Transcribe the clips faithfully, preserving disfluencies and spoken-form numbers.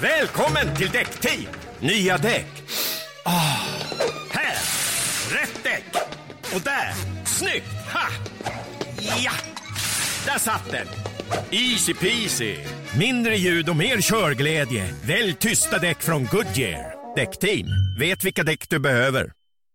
Välkommen till Däckteam. Nya däck. Ah, här, rätt däck. Och där, snyggt. Ha. Ja, där satt den. Easy peasy. Mindre ljud och mer körglädje. Välj tysta däck från Goodyear. Däckteam, vet vilka däck du behöver.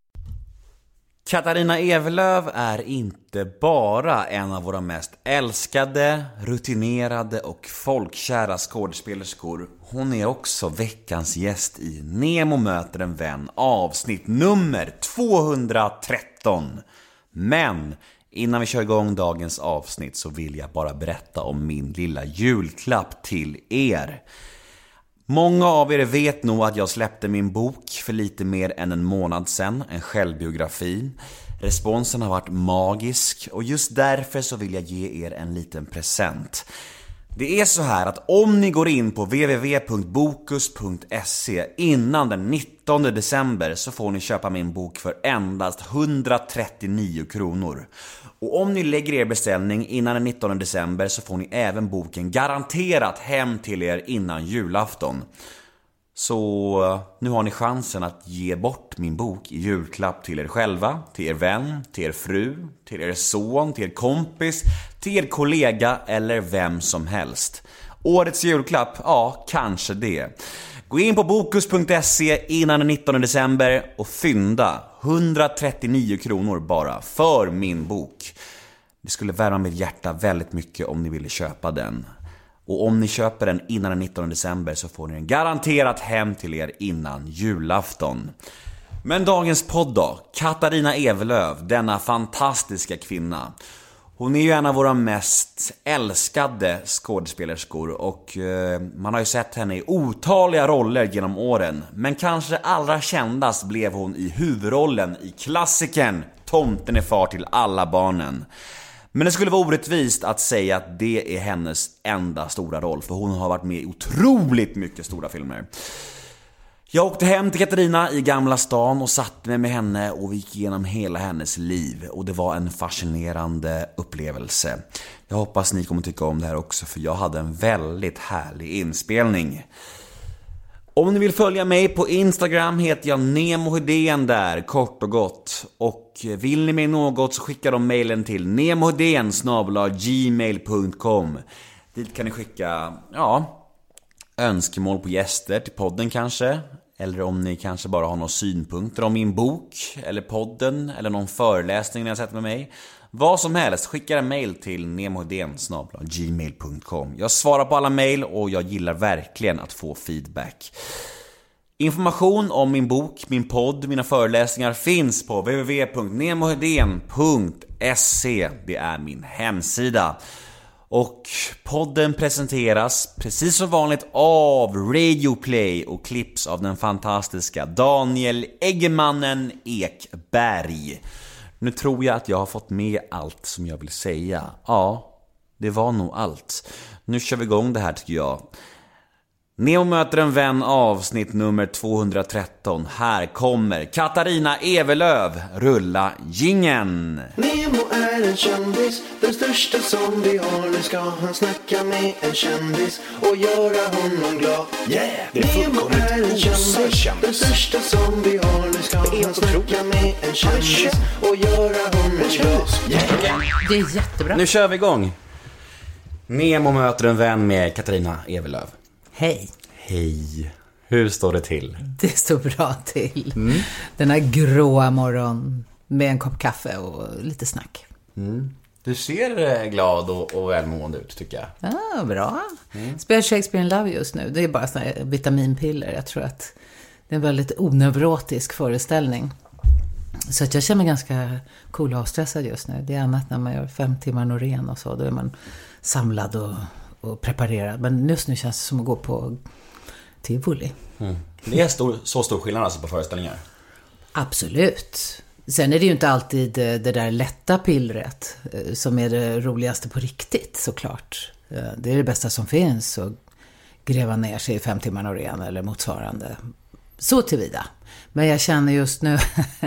Katarina Evelöv är inte bara en av våra mest älskade, rutinerade och folkkära skådespelerskor. Hon är också veckans gäst i Nemo möter en vän, avsnitt nummer tvåhundratretton. Men innan vi kör igång dagens avsnitt så vill jag bara berätta om min lilla julklapp till er. Många av er vet nog att jag släppte min bok för lite mer än en månad sedan, en självbiografi. Responsen har varit magisk och just därför så vill jag ge er en liten present. Det är så här att om ni går in på w w w punkt bokus punkt se innan den nittonde december så får ni köpa min bok för endast hundratrettionio kronor. Och om ni lägger er beställning innan den nittonde december så får ni även boken garanterat hem till er innan julafton. Så nu har ni chansen att ge bort min bok i julklapp till er själva, till er vän, till er fru, till er son, till er kompis, till er kollega eller vem som helst. Årets julklapp, ja, kanske det. Gå in på bokus punkt se innan den nittonde december och fynda hundratrettionio kronor bara för min bok. Det skulle värma mitt hjärta väldigt mycket om ni ville köpa den. Och om ni köper den innan den nittonde december så får ni den garanterat hem till er innan julafton. Men dagens podd då, Katarina Evelöv, denna fantastiska kvinna. Hon är ju en av våra mest älskade skådespelerskor och eh, man har ju sett henne i otaliga roller genom åren. Men kanske allra kändast blev hon i huvudrollen i klassikern Tomten är far till alla barnen. Men det skulle vara orättvist att säga att det är hennes enda stora roll, för hon har varit med i otroligt mycket stora filmer. Jag åkte hem till Katarina i Gamla stan och satt mig med henne och vi gick igenom hela hennes liv. Och det var en fascinerande upplevelse. Jag hoppas ni kommer tycka om det här också, för jag hade en väldigt härlig inspelning. Om ni vill följa mig på Instagram heter jag Nemo Hedén där, kort och gott. Och vill ni mig något så skickar de mejlen till nemohedén snabel-a gmail punkt com. Dit kan ni skicka, ja, önskemål på gäster till podden kanske. Eller om ni kanske bara har några synpunkter om min bok eller podden eller någon föreläsning ni har sett med mig. Vad som helst, skicka en mail till nemohedén snabel-a gmail punkt com. Jag svarar på alla mail och jag gillar verkligen att få feedback. Information om min bok, min podd, mina föreläsningar finns på w w w punkt nemohedén punkt se. Det är min hemsida. Och podden presenteras precis som vanligt av Radioplay och klipps av den fantastiska Daniel Eggemannen Ekberg. Nu tror jag att jag har fått med allt som jag vill säga. Ja, det var nog allt. Nu kör vi igång det här tycker jag. Nemo möter en vän, avsnitt nummer tvåhundratretton. Här kommer Katarina Evelöv. Rulla jingeln. Nemo är en kändis, den största som vi har. Nu ska han snacka med en kändis och göra honom glad. Yeah, det är Nemo är en kändis, den största som vi har. Nu ska han snacka med en kändis och göra honom glad. Yeah. Det är jättebra. Nu kör vi igång. Nemo möter en vän med Katarina Evelöv. Hej. Hej. Hur står det till? Det står bra till. Mm. Den här gråa morgon med en kopp kaffe och lite snack. Mm. Du ser glad och, och välmående ut tycker jag. Ja, bra. Mm. Spelar Shakespeare in Love just nu. Det är bara såna här vitaminpiller. Jag tror att det är en väldigt oneurotisk föreställning. Så att jag känner mig ganska cool och avstressad just nu. Det är annat när man gör fem timmar Norén och så. Då är man samlad och, och preparerad. Men just nu känns det som att gå på tivoli. Mm. Det är stor, så stor skillnad alltså på föreställningar? Absolut. Sen är det ju inte alltid det där lätta pillret som är det roligaste på riktigt, såklart. Det är det bästa som finns, att gräva ner sig i fem timmar Norén eller motsvarande. Så tillvida. Men jag känner just nu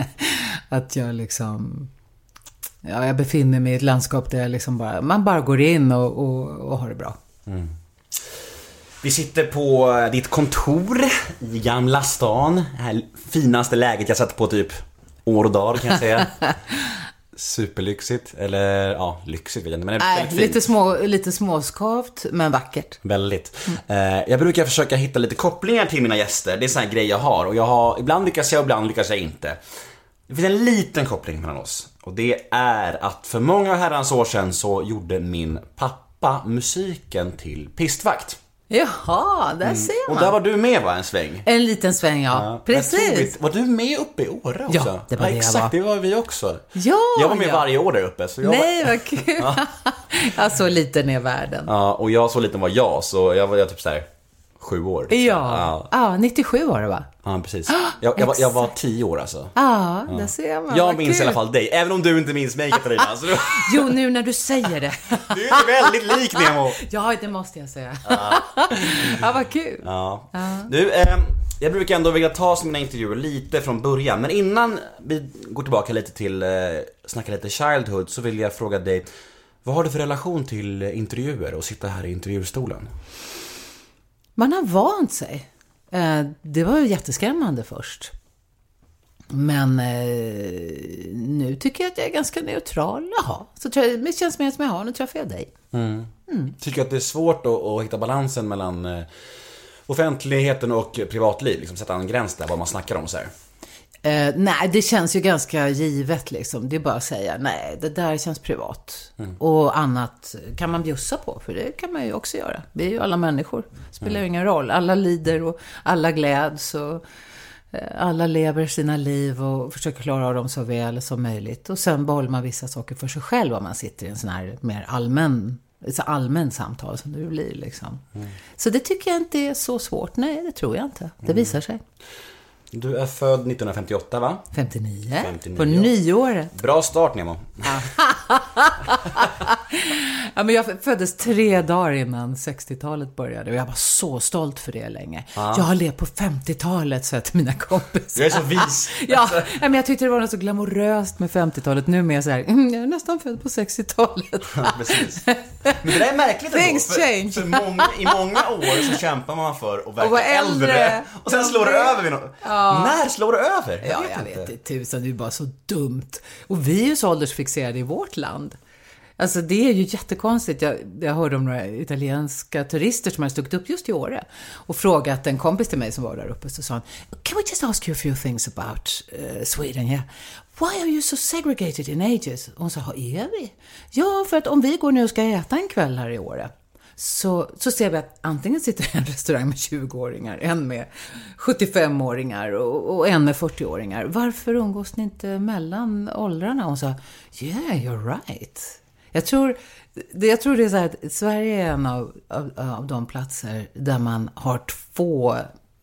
att jag liksom... Ja, jag befinner mig i ett landskap där jag liksom bara, man bara går in och, och, och har det bra. Mm. Vi sitter på ditt kontor i Gamla stan. Det här finaste läget jag satt på typ år och dag kan jag säga. Superlyxigt, eller ja, lyxigt vet jag inte, men det är Nej, lite, små, lite småskavt, men vackert. Väldigt. Mm. eh, Jag brukar försöka hitta lite kopplingar till mina gäster. Det är sån här grej jag har. Och jag har, ibland lyckas jag, ibland lyckas jag inte. Det finns en liten koppling mellan oss. Och det är att för många herrans år sedan så gjorde min pappa musiken till Pistvakt. Jaha, där ser man. Och där var du med, va, en sväng? En liten sväng, ja, ja precis. Var du med uppe i Åre också? Ja, det var ja, det exakt, jag var. det var vi också. Ja, jag var med ja. varje år där uppe så jag Nej, var... vad kul. Ja. Jag så liten är världen. Ja, och jag så liten var jag, så jag var jag typ så här sju år. Ja, ja. ja nittiosju var det, va? Ja, precis. Jag, jag, var, jag var tio år alltså. Ja, det ser man. Jag minns kul. I alla fall dig, även om du inte minns mig, Katarina. Så du... Jo, nu när du säger det. Du är väldigt lik Nemo. Ja, det måste jag säga. Ja, ja vad kul. Ja. Ja. Du, eh, jag brukar ändå vilja ta mina intervjuer lite från början. Men innan vi går tillbaka lite till, eh, snacka lite childhood, så vill jag fråga dig, vad har du för relation till intervjuer och sitta här i intervjustolen? Man har vant sig. Det var ju jätteskrämmande först. Men eh, nu tycker jag att jag är ganska neutral. Jaha, så tror jag, det känns mer som jag har. Nu träffar jag dig. Mm. Mm. Tycker att det är svårt att, att hitta balansen mellan eh, offentligheten och privatliv? Liksom sätta en gräns där, vad man snackar om så här. Eh, nej, det känns ju ganska givet liksom. Det är bara att säga, nej, det där känns privat. Mm. Och annat kan man bjussa på, för det kan man ju också göra. Vi är ju alla människor, det spelar ju mm. ingen roll. Alla lider och alla gläds och eh, alla lever sina liv och försöker klara av dem så väl som möjligt. Och sen behåller man vissa saker för sig själv om man sitter i en sån här mer allmän, ett så allmän samtal som det blir liksom. Mm. Så det tycker jag inte är så svårt. Nej, det tror jag inte. Det visar sig. Du är född nittonhundrafemtioåtta, va? femtionio. femtionio. På nyåret. Bra start, Nemo. Ja, men jag föddes tre dagar innan sextiotalet började. Och jag var så stolt för det länge. Ah. Jag har levt på femtiotalet, så till mina kompisar. Du är så vis. Ja, men jag tyckte det var något så glamoröst med femtiotalet. Nu är jag så här, mm, jag är nästan född på sextiotalet. Ja, precis. Men det där är märkligt ändå. Things change. För, för många, i många år så kämpar man för att verka äldre. äldre. Och sen slår det över vid något. Ja. När slår det över? Jag ja, vet jag inte. vet inte. Tusen, det är bara så dumt. Och vi är ju så åldersfixerade i vårt land. Alltså det är ju jättekonstigt. Jag, jag hörde om några italienska turister som har stuckit upp just i Åre och frågat en kompis till mig som var där uppe, så sa han, can we just ask you a few things about uh, Sweden? Yeah. Why are you so segregated in ages? Och hon sa, är vi? Ja, för att om vi går nu och ska äta en kväll här i Åre, Så, så ser vi att antingen sitter en restaurang med tjugoåringar, en med sjuttiofemåringar och, och en med fyrtioåringar. Varför umgås ni inte mellan åldrarna? Och hon sa, yeah, you're right. Jag tror, jag tror det är så här att Sverige är en av, av, av de platser där man har två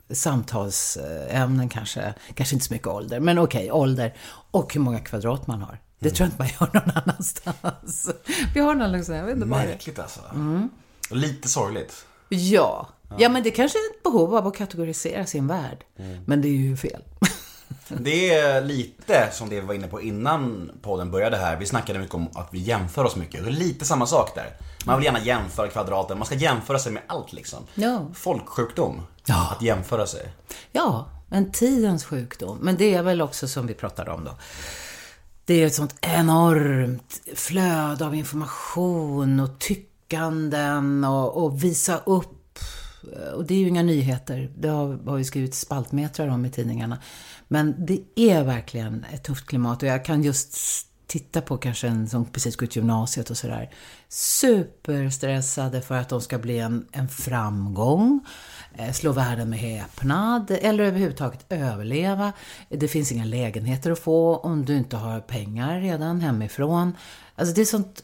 samtalsämnen, kanske, kanske inte så mycket ålder, men okej, okay, ålder och hur många kvadrat man har. Det mm. tror jag inte man gör någon annanstans. Vi har någon liksom, jag vet inte bara. Märkligt alltså. Mm. Och lite sorgligt. Ja. ja, ja men det kanske är ett behov av att kategorisera sin värld. Mm. Men det är ju fel. Det är lite som det vi var inne på innan podden började här. Vi snackade mycket om att vi jämför oss mycket. Det är lite samma sak där. Man vill gärna jämföra kvadraten. Man ska jämföra sig med allt liksom. Ja. Folksjukdom. Ja. Att jämföra sig. Ja, en tidens sjukdom. Men det är väl också som vi pratade om då. Det är ett sånt enormt flöde av information och tyckanden och, och visa upp. Och det är ju inga nyheter. Det har, har ju skrivit spaltmetrar om i tidningarna. Men det är verkligen ett tufft klimat. Och jag kan just titta på kanske en som precis går ut gymnasiet och sådär. Superstressade för att de ska bli en, en framgång. Slå världen med häpnad. Eller överhuvudtaget överleva. Det finns inga lägenheter att få om du inte har pengar redan hemifrån. Alltså det är sånt...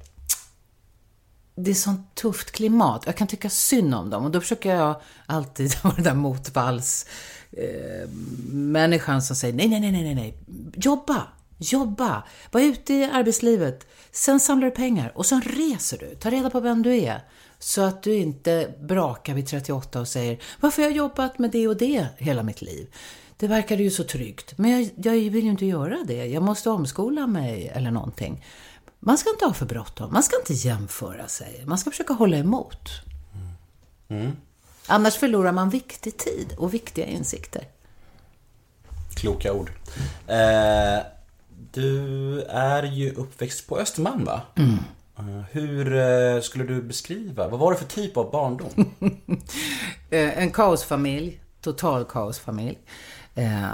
Det är sånt tufft klimat. Jag kan tycka synd om dem. Och då försöker jag alltid vara den där motvalls eh, människan som säger nej, nej, nej, nej, nej. Jobba, jobba. Var ute i arbetslivet. Sen samlar du pengar. Och sen reser du. Ta reda på vem du är. Så att du inte brakar vid trettioåtta och säger varför har jag jobbat med det och det hela mitt liv. Det verkar ju så tryggt. Men jag, jag vill ju inte göra det. Jag måste omskola mig eller någonting. Man ska inte ha för bråttom. Man ska inte jämföra sig. Man ska försöka hålla emot. Mm. Annars förlorar man viktig tid och viktiga insikter. Kloka ord. Eh, du är ju uppväxt på Östermalm, va? Mm. Eh, hur eh, skulle du beskriva? Vad var det för typ av barndom? eh, en kaosfamilj. Total kaosfamilj. Eh,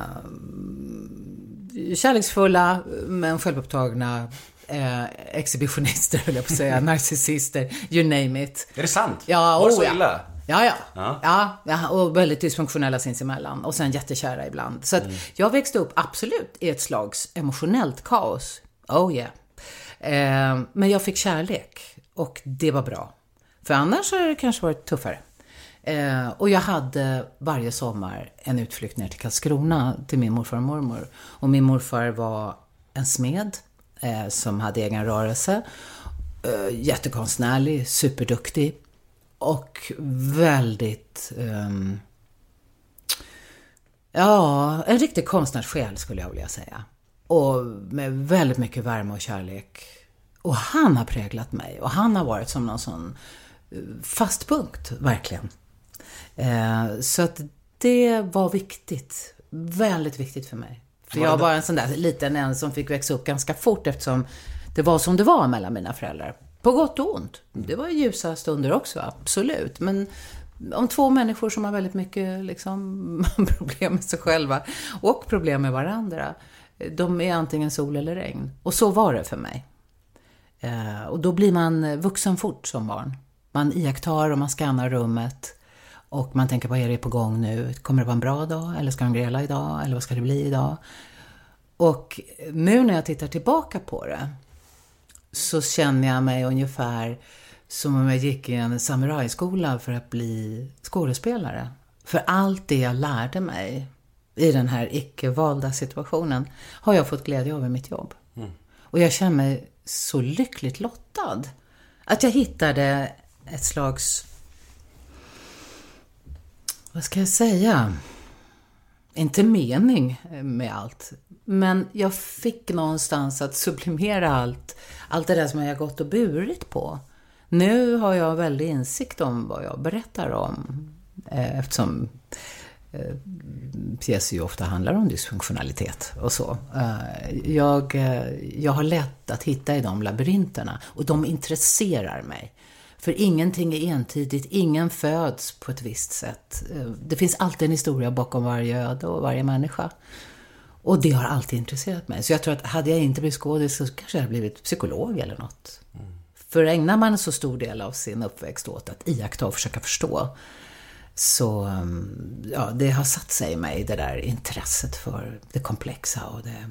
kärleksfulla men självupptagna eh, exhibitionister, höll jag på att säga, narcissister, you name it. Är det sant? Ja, var det oh, så ja. illa? Ja, ja. Ja. ja, ja och väldigt dysfunktionella sinsemellan. Och sen jättekära ibland. Så att Mm. jag växte upp absolut i ett slags emotionellt kaos. Oh yeah. Eh, men jag fick kärlek. Och det var bra. För annars har det kanske varit tuffare. Eh, och jag hade varje sommar en utflykt ner till Karlskrona till min morfar och mormor. Och min morfar var en smed eh, som hade egen rörelse. Eh, jättekonstnärlig, superduktig. Och väldigt... Um, ja, en riktig konstnärssjäl skulle jag vilja säga. Och med väldigt mycket värme och kärlek. Och han har präglat mig. Och han har varit som någon sån fast punkt, verkligen. Uh, så att det var viktigt. Väldigt viktigt för mig. För jag var en sån där liten en som fick växa upp ganska fort eftersom det var som det var mellan mina föräldrar. På gott och ont. Det var ljusa stunder också, absolut. Men om två människor som har väldigt mycket liksom, problem med sig själva och problem med varandra, de är antingen sol eller regn. Och så var det för mig. Eh, och då blir man vuxen fort som barn. Man iakttar och man skannar rummet. Och man tänker, vad är det på gång nu? Kommer det vara en bra dag? Eller ska de gräla idag? Eller vad ska det bli idag? Och nu när jag tittar tillbaka på det så känner jag mig ungefär som om jag gick i en samurajskola för att bli skådespelare. För allt det jag lärde mig i den här icke-valda situationen har jag fått glädje av i mitt jobb. Mm. Och jag känner mig så lyckligt lottad. Att jag hittade ett slags... Vad ska jag säga? Inte mening med allt. Men jag fick någonstans att sublimera allt. Allt det där som jag har gått och burit på. Nu har jag väldigt insikt om vad jag berättar om. Eftersom eh, pjäser ju ofta handlar om dysfunktionalitet och så. Eh, jag, jag har lätt att hitta i de labyrinterna. Och de intresserar mig. För ingenting är entydigt, ingen föds på ett visst sätt. Det finns alltid en historia bakom varje öde och varje människa. Och det har alltid intresserat mig. Så jag tror att hade jag inte blivit skådis så kanske jag hade blivit psykolog eller något. Mm. För ägnar man en så stor del av sin uppväxt åt att iaktta och försöka förstå, så ja, det har satt sig i mig, det där intresset för det komplexa och det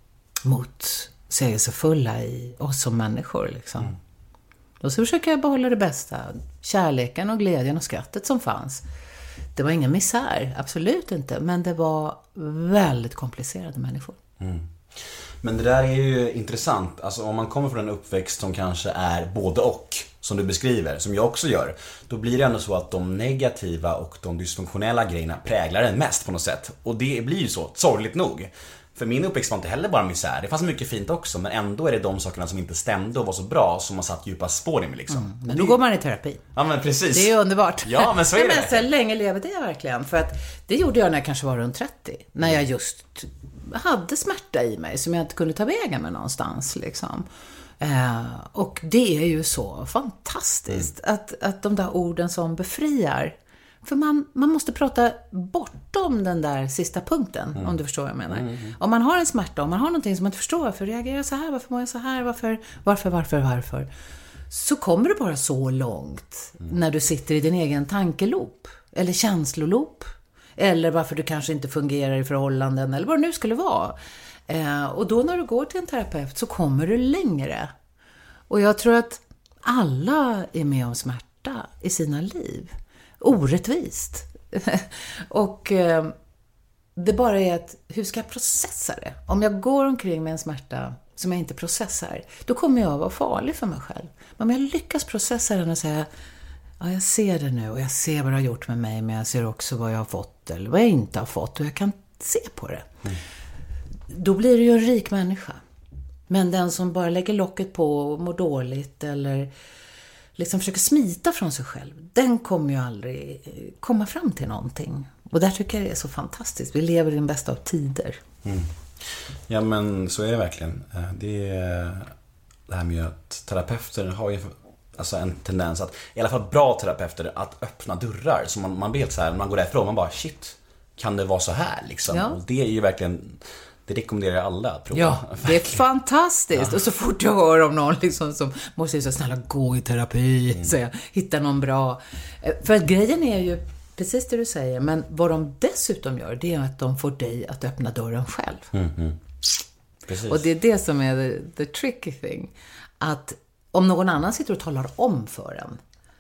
motsägelsefulla i oss som människor liksom. Mm. Och så försöker jag behålla det bästa. Kärleken och glädjen och skrattet som fanns. Det var ingen misär, absolut inte. Men det var väldigt komplicerade människor. Mm. Men det där är ju intressant. Alltså om man kommer från en uppväxt som kanske är både och, som du beskriver, som jag också gör, då blir det ändå så att de negativa och de dysfunktionella grejerna präglar en mest på något sätt. Och det blir ju så, sorgligt nog. För min uppväxt var inte heller bara misär. Det fanns mycket fint också, men ändå är det de sakerna som inte stämde och var så bra som man satt djupa spår i mig liksom. Mm, men då går man i terapi. Ja, men precis. Det är underbart. Ja, men så är det. Men så länge lever det verkligen. För att det gjorde jag när jag kanske var runt trettio. När jag just hade smärta i mig som jag inte kunde ta vägen med någonstans liksom. Eh, och det är ju så fantastiskt mm. att, att de där orden som befriar. För man, man måste prata bortom den där sista punkten, mm. om du förstår vad jag menar. Mm, mm. Om man har en smärta, om man har någonting som man inte förstår, varför reagerar jag så här, varför mår jag så här, varför, varför, varför, varför. Så kommer du bara så långt mm. när du sitter i din egen tankeloop, eller känsloloop, eller varför du kanske inte fungerar i förhållanden, eller vad det nu skulle vara. Eh, och då när du går till en terapeut så kommer du längre. Och jag tror att alla är med om smärta i sina liv. Orättvist. Och eh, det bara är att hur ska jag processa det? Om jag går omkring med en smärta som jag inte processar, då kommer jag att vara farlig för mig själv. Men om jag lyckas processa den och säga, ja, jag ser det nu och jag ser vad det har gjort med mig, men jag ser också vad jag har fått eller vad jag inte har fått och jag kan se på det. Mm. Då blir det ju en rik människa. Men den som bara lägger locket på och mår dåligt eller liksom försöker smita från sig själv, den kommer ju aldrig komma fram till någonting. Och där tycker jag det är så fantastiskt. Vi lever i den bästa av tider. Mm. Ja, men så är det verkligen. Det är det här med att terapeuter har ju alltså en tendens att, i alla fall bra terapeuter, att öppna dörrar. Så man, man blir helt så här, när man går därifrån, man bara shit, kan det vara så här liksom? Ja. Och det är ju verkligen, det rekommenderar jag alla att prova. Ja, det är fantastiskt. Ja. Och så fort jag hör om någon liksom som måste säga så snälla gå i terapi, mm. så jag hittar någon bra. För att grejen är ju precis det du säger, men vad de dessutom gör, det är att de får dig att öppna dörren själv. Mm, mm. Precis. Och det är det som är the, the tricky thing. Att om någon annan sitter och talar om för en,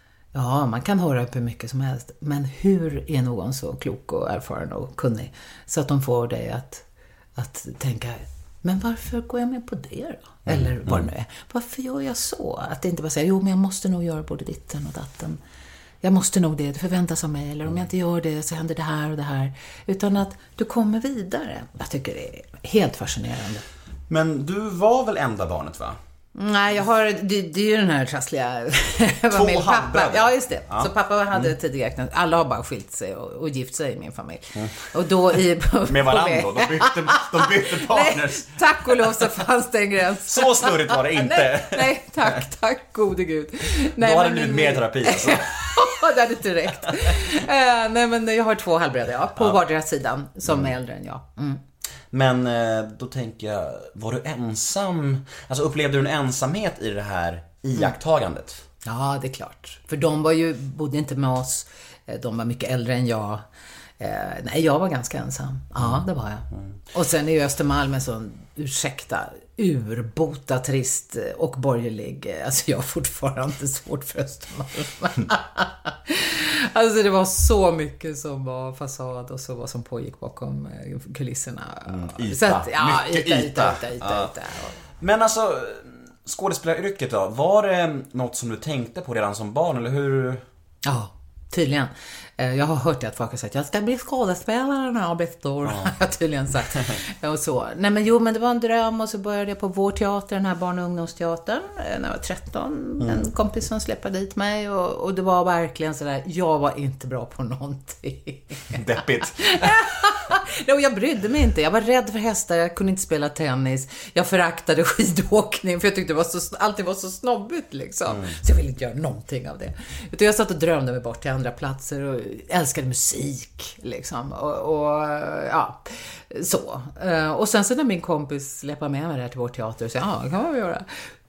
ja, man kan höra upp hur mycket som helst, men hur är någon så klok och erfaren och kunnig så att de får dig att, att tänka, men varför går jag med på det då? Mm, Eller vad det nu är. Varför gör jag så? Att det inte bara säger, jo men jag måste nog göra både ditten och datten. Jag måste nog det, det förväntas av mig. Eller om jag inte gör det så händer det här och det här. Utan att du kommer vidare. Jag tycker det är helt fascinerande. Men du var väl enda barnet, va? Nej, jag har, det, det är ju den här trassliga Två pappa. Ja, just det. Ja. Så pappa hade mm. tidigare, alla har bara skilt sig och, och gift sig i min familj. Mm. Och då i, med varandra då? De bytte, de bytte partners. Nej, tack och lov så fanns det en gräns. Så snurrigt var det inte. nej, nej, tack, tack gode gud. Nej, då hade det blivit mer terapi alltså. Det hade inte räckt. uh, nej, men jag har två halvbröder, ja, på ja. vardera sidan som mm. är äldre än jag. Mm. Men då tänker jag, var du ensam? Alltså upplevde du en ensamhet i det här iakttagandet? Mm. Ja, det är klart. För de var ju, bodde inte med oss. De var mycket äldre än jag. Eh, nej, jag var ganska ensam. Ja, mm. det var jag. Mm. Och sen är ju Östermalm en sån, ursäkta, urbota, trist och borgerlig. Alltså jag har fortfarande svårt för Östermalm. Alltså det var så mycket som var fasad och så vad som pågick bakom kulisserna. Mm, yta. Så att, ja, mycket yta, yta. yta, yta, yta, ja. yta. Men alltså, skådespelaryrket då, var det något som du tänkte på redan som barn, eller hur? Ja, tydligen. Jag har hört att folk har sagt jag ska bli skådespelare när jag blir stor. Ja. Jag har tydligen sagt. Och så. Nej men jo, men det var en dröm och så började jag på vår teater, den här barn- och ungdomsteatern när jag var tretton. Mm. En kompis som släppade dit mig och, och det var verkligen sådär, jag var inte bra på någonting. Deppigt. Nej, och jag brydde mig inte. Jag var rädd för hästar, jag kunde inte spela tennis. Jag föraktade skidåkning för jag tyckte det var så, alltid var så snobbigt liksom. Mm. Så jag ville inte göra någonting av det. Utan jag satt och drömde mig bort till andra platser och älskade musik liksom. Och, och ja, så. Och sen så när min kompis släppade med mig där till vår teater och sa, ja, det kan man väl göra.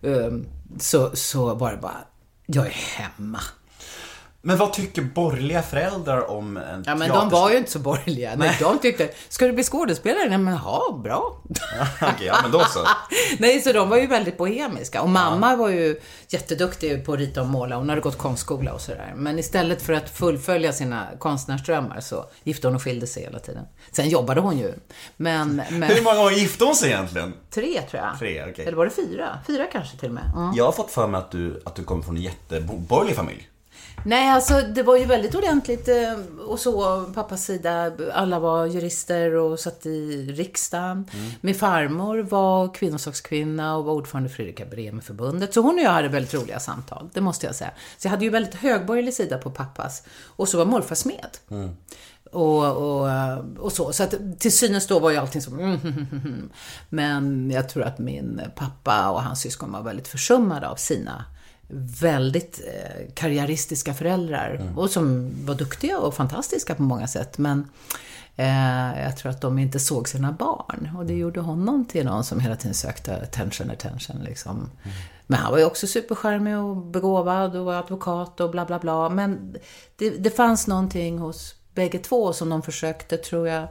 Så, så var det bara, jag är hemma. Men vad tycker borgerliga föräldrar om en Ja, men teater... de var ju inte så borgerliga. Nej. De tyckte, ska du bli skådespelare? Nej, men ja, bra. Okej, okay, ja, men då så. Nej, så de var ju väldigt bohemiska. Och mamma ja. var ju jätteduktig på att rita och måla. Hon hade gått konstskola och sådär. Men istället för att fullfölja sina konstnärsdrömmar så gifte hon och skilde sig hela tiden. Sen jobbade hon ju. Men, men... Hur många år gifte hon sig egentligen? Tre, tror jag. Tre, okej. Okay. Eller var det fyra? Fyra kanske till och med. Mm. Jag har fått för mig att du, att du kommer från en jätteborgerlig familj. Nej, alltså det var ju väldigt ordentligt och så, pappas sida, alla var jurister och satt i riksdagen. Mm. Min farmor var kvinnosakskvinna och var ordförande för Fredrika Bremer-förbundet. Så hon och jag hade väldigt roliga samtal, det måste jag säga. Så jag hade ju väldigt högborgerlig sida på pappas. Och så var morfar smed. Mm. Och, och, och så. Så att till synes då var ju allting som... Mm, mm, mm. Men jag tror att min pappa och hans syskon var väldigt försummade av sina väldigt eh, karriäristiska föräldrar mm. och som var duktiga och fantastiska på många sätt, men eh, jag tror att de inte såg sina barn och det gjorde honom till någon som hela tiden sökte attention, attention liksom. Mm. Men han var ju också superskärmig och begåvad och var advokat och bla bla bla, men det, det fanns någonting hos bägge två som de försökte, tror jag,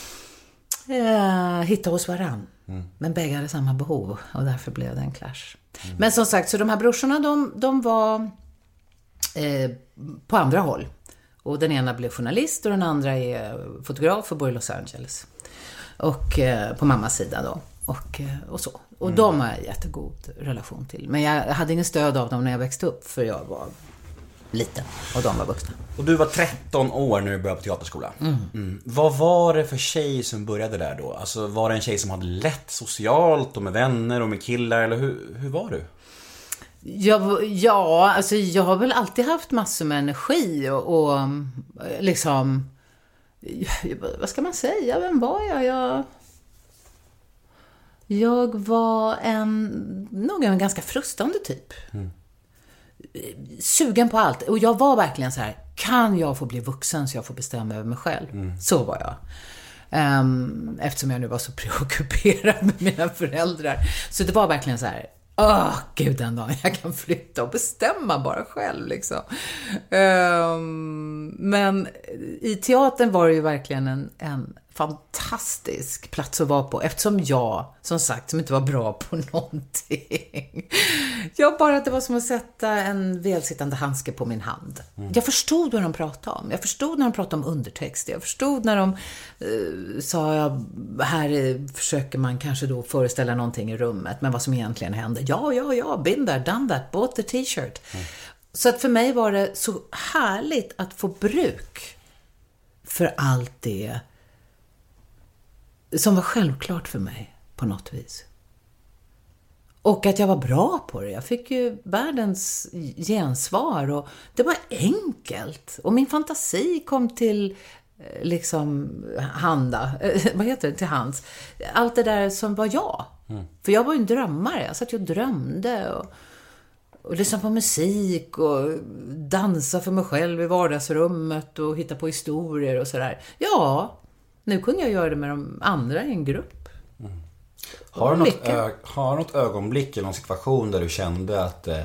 eh, hitta hos varann. Mm. Men bägge hade samma behov och därför blev det en clash. Mm. Men som sagt, så de här brorsorna, de, de var eh, på andra håll. Och den ena blev journalist och den andra är fotograf och bor i Los Angeles. Och eh, på mammas sida då. Och, eh, och så. Och mm. de har jag jättegod relation till. Men jag hade ingen stöd av dem när jag växte upp, för jag var liten och de var vuxna. Och du var tretton år när du började på teaterskola. Mm. Mm. Vad var det för tjej som började där då? Alltså var det en tjej som hade lätt socialt och med vänner och med killar, eller hur, hur var du? Jag, ja, alltså jag har väl alltid haft massor med energi och, och liksom, vad ska man säga, vem var jag? Jag, jag var en, nog en ganska frustande typ. Mm. Sugen på allt. Och jag var verkligen så här, kan jag få bli vuxen så jag får bestämma över mig själv? Mm. Så var jag. Um, eftersom jag nu var så preockuperad med mina föräldrar. Så det var verkligen så här, åh oh, gud, den dagen jag kan flytta och bestämma bara själv liksom. Um, men i teatern var det ju verkligen en, en fantastisk plats att vara på, eftersom jag, som sagt, som inte var bra på någonting. Jag bara, att det var som att sätta en välsittande handske på min hand. Mm. Jag förstod vad de pratade om. Jag förstod när de pratade om undertext. Jag förstod när de uh, sa, ja, här uh, försöker man kanske då föreställa någonting i rummet, men vad som egentligen hände. Ja, ja, ja, been there, done that, bought the t-shirt. Mm. Så att för mig var det så härligt att få bruk för allt det som var självklart för mig på något vis. Och att jag var bra på det. Jag fick ju världens gensvar och det var enkelt. Och min fantasi kom till liksom handa, vad heter det, till hands. Allt det där som var jag. Mm. För jag var ju en drömmare. Jag satt ju och drömde och, och lyssnade på musik och dansa för mig själv i vardagsrummet och hitta på historier och sådär. Ja, nu kunde jag göra det med de andra i en grupp. Mm. Har, du något ö- har du något ögonblick eller någon situation där du kände att eh,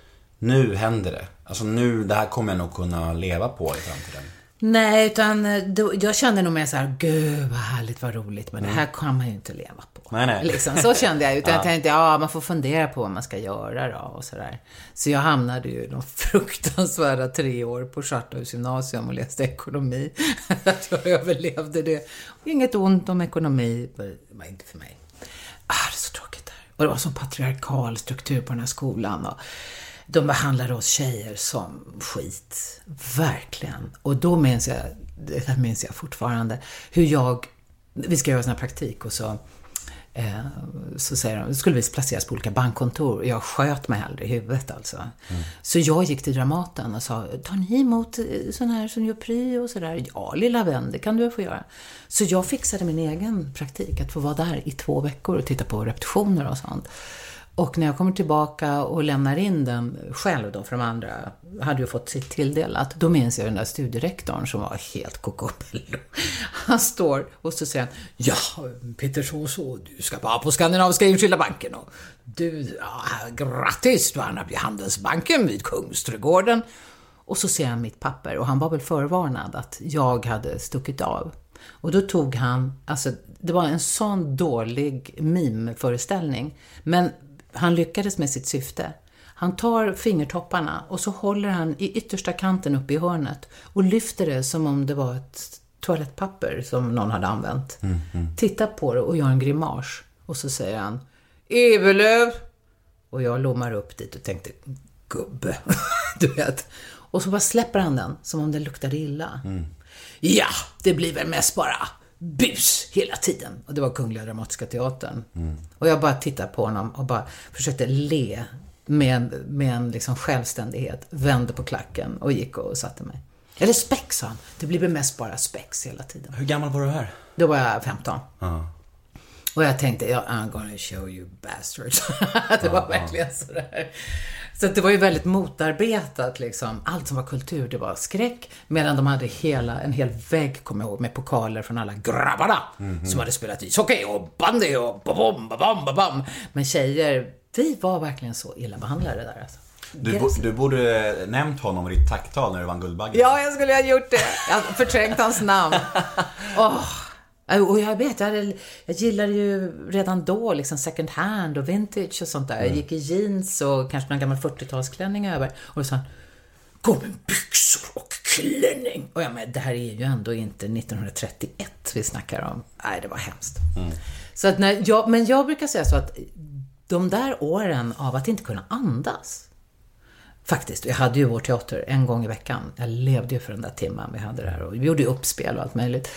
nu händer det? Alltså nu, det här kommer jag nog kunna leva på i framtiden. Nej, utan då, jag kände nog mer så här, gud vad härligt, vad roligt, men mm. det här kan man ju inte leva på. Nej, nej. Liksom, så kände jag, utan ja. Jag tänkte, ja, man får fundera på vad man ska göra då och sådär. Så jag hamnade ju i de fruktansvärda tre år på Charterhus gymnasium och läste ekonomi. Jag överlevde det. Och inget ont om ekonomi, det var inte för mig. Ah, det är så tråkigt där. Och det var sån patriarkal struktur på den här skolan och de behandlade oss tjejer som skit. Verkligen. Och då minns jag, det minns jag fortfarande, hur jag, vi ska göra sån här praktik och så, eh, så säger de, skulle vi placeras på olika bankkontor. Och jag sköt mig hellre i huvudet alltså. Mm. Så jag gick till Dramaten och sa, tar ni emot sån här som gör pryo och sådär? Ja, lilla vän, det kan du få göra. Så jag fixade min egen praktik, att få vara där i två veckor och titta på repetitioner och sånt. Och när jag kommer tillbaka och lämnar in den själv då, för de andra hade ju fått sitt tilldelat, då minns jag den där studierektorn som var helt kokobello. Han står och så säger han, ja Peter så så, du ska bara på Skandinaviska enskilda banken och du, ja, grattis, du hamnar vid Handelsbanken vid Kungsträdgården. Och så ser han mitt papper och han var väl förvarnad att jag hade stuckit av. Och då tog han, alltså det var en sån dålig mimföreställning, men han lyckades med sitt syfte. Han tar fingertopparna och så håller han i yttersta kanten uppe i hörnet och lyfter det som om det var ett toalettpapper som någon hade använt. Mm, mm. Tittar på det och gör en grimas. Och så säger han, Evelöv! Och jag lommar upp dit och tänkte, gubbe, du vet. Och så bara släpper han den som om det luktade illa. Mm. Ja, det blir väl mest bara bus hela tiden. Och det var Kungliga Dramatiska Teatern. Mm. Och jag bara tittade på honom och bara försökte le med, med en liksom självständighet. Vände på klacken och gick och satte mig. Eller spex, sa han. Det blir väl mest bara spex hela tiden. Hur gammal var du här? Då var jag femton. Uh. Och jag tänkte, ja, I'm gonna show you bastards. Det var uh, verkligen uh. sådär. Så det var ju väldigt motarbetat liksom. Allt som var kultur, det var skräck. Medan de hade hela, en hel vägg, kommer jag ihåg, med pokaler från alla grabbarna. Mm-hmm. Som hade spelat ishockey och bandy och bam, bam, bam, bam. Men tjejer, vi var verkligen så illa behandlade där alltså. Du, bo, du borde nämnt honom i ditt tacktal när du vann Guldbaggen. Ja, jag skulle ha gjort det. Jag förträngt hans namn. Åh. Och jag vet, jag, hade, jag gillade ju redan då liksom second hand och vintage och sånt där. Mm. Jag gick i jeans och kanske en gammal fyrtiotalsklänning över. Och då sa han, gå med byxor och klänning. Och jag men det här är ju ändå inte nittonhundratrettioett vi snackar om. Nej, det var hemskt. Mm. Så att när jag, men jag brukar säga så att de där åren av att inte kunna andas. Faktiskt, jag hade ju vår teater en gång i veckan. Jag levde ju för den där timmen vi hade där. Och vi gjorde ju uppspel och allt möjligt.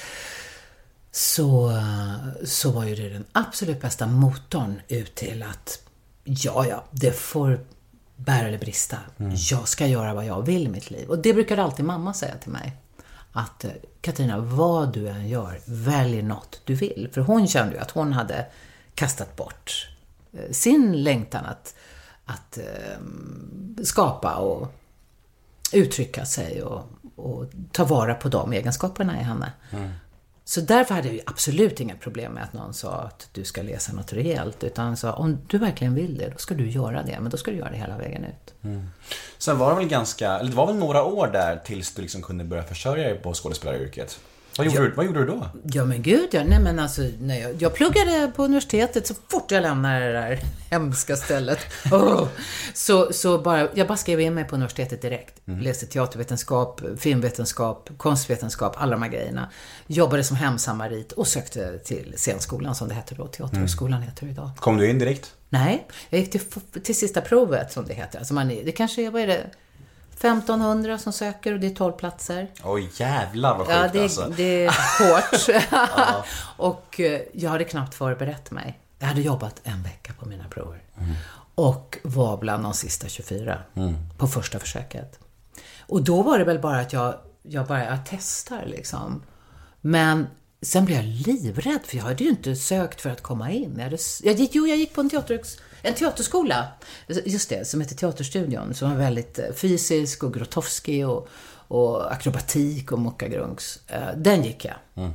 Så, så var ju det den absolut bästa motorn ut till att ja, ja, det får bära eller brista. Mm. Jag ska göra vad jag vill i mitt liv. Och det brukar alltid mamma säga till mig. Att Katarina, vad du än gör, välj något du vill. För hon kände ju att hon hade kastat bort sin längtan att, att eh, skapa och uttrycka sig och, och ta vara på de egenskaperna i henne. Mm. Så därför hade jag ju absolut inga problem med att någon sa att du ska läsa något rejält. Utan sa, om du verkligen vill det, då ska du göra det. Men då ska du göra det hela vägen ut. Mm. Sen var det väl ganska, eller det var väl några år där tills du liksom kunde börja försörja dig på skådespelaryrket. Vad gjorde, ja. du, vad gjorde du då? Ja men gud, ja. Nej, men alltså, nej, jag, jag pluggade på universitetet så fort jag lämnade det där hemska stället. Oh. Så, så bara, jag bara skrev in mig på universitetet direkt. Mm. Läste teatervetenskap, filmvetenskap, konstvetenskap, alla de här grejerna. Jobbade som hemsamarit och sökte till scenskolan som det heter då. Teaterskolan mm. heter det idag. Kom du in direkt? Nej, jag gick till, till sista provet som det heter. Alltså man, det kanske är, vad är det? femtonhundra som söker och det är tolv platser. Oj jävlar vad sjukt ja, det, alltså. det är hårt. Ja. Och jag hade knappt förberett mig. Jag hade jobbat en vecka på mina prover. Mm. Och var bland de sista tjugofyra mm. på första försöket. Och då var det väl bara att jag, jag bara jag testar liksom. Men sen blev jag livrädd för jag hade ju inte sökt för att komma in. Jag, hade, jag, gick, jo, jag gick på en, teater, en teaterskola, just det, som heter Teaterstudion, som var väldigt fysisk och Grotowski och, och akrobatik och mockagrungs. Den gick jag. Mm.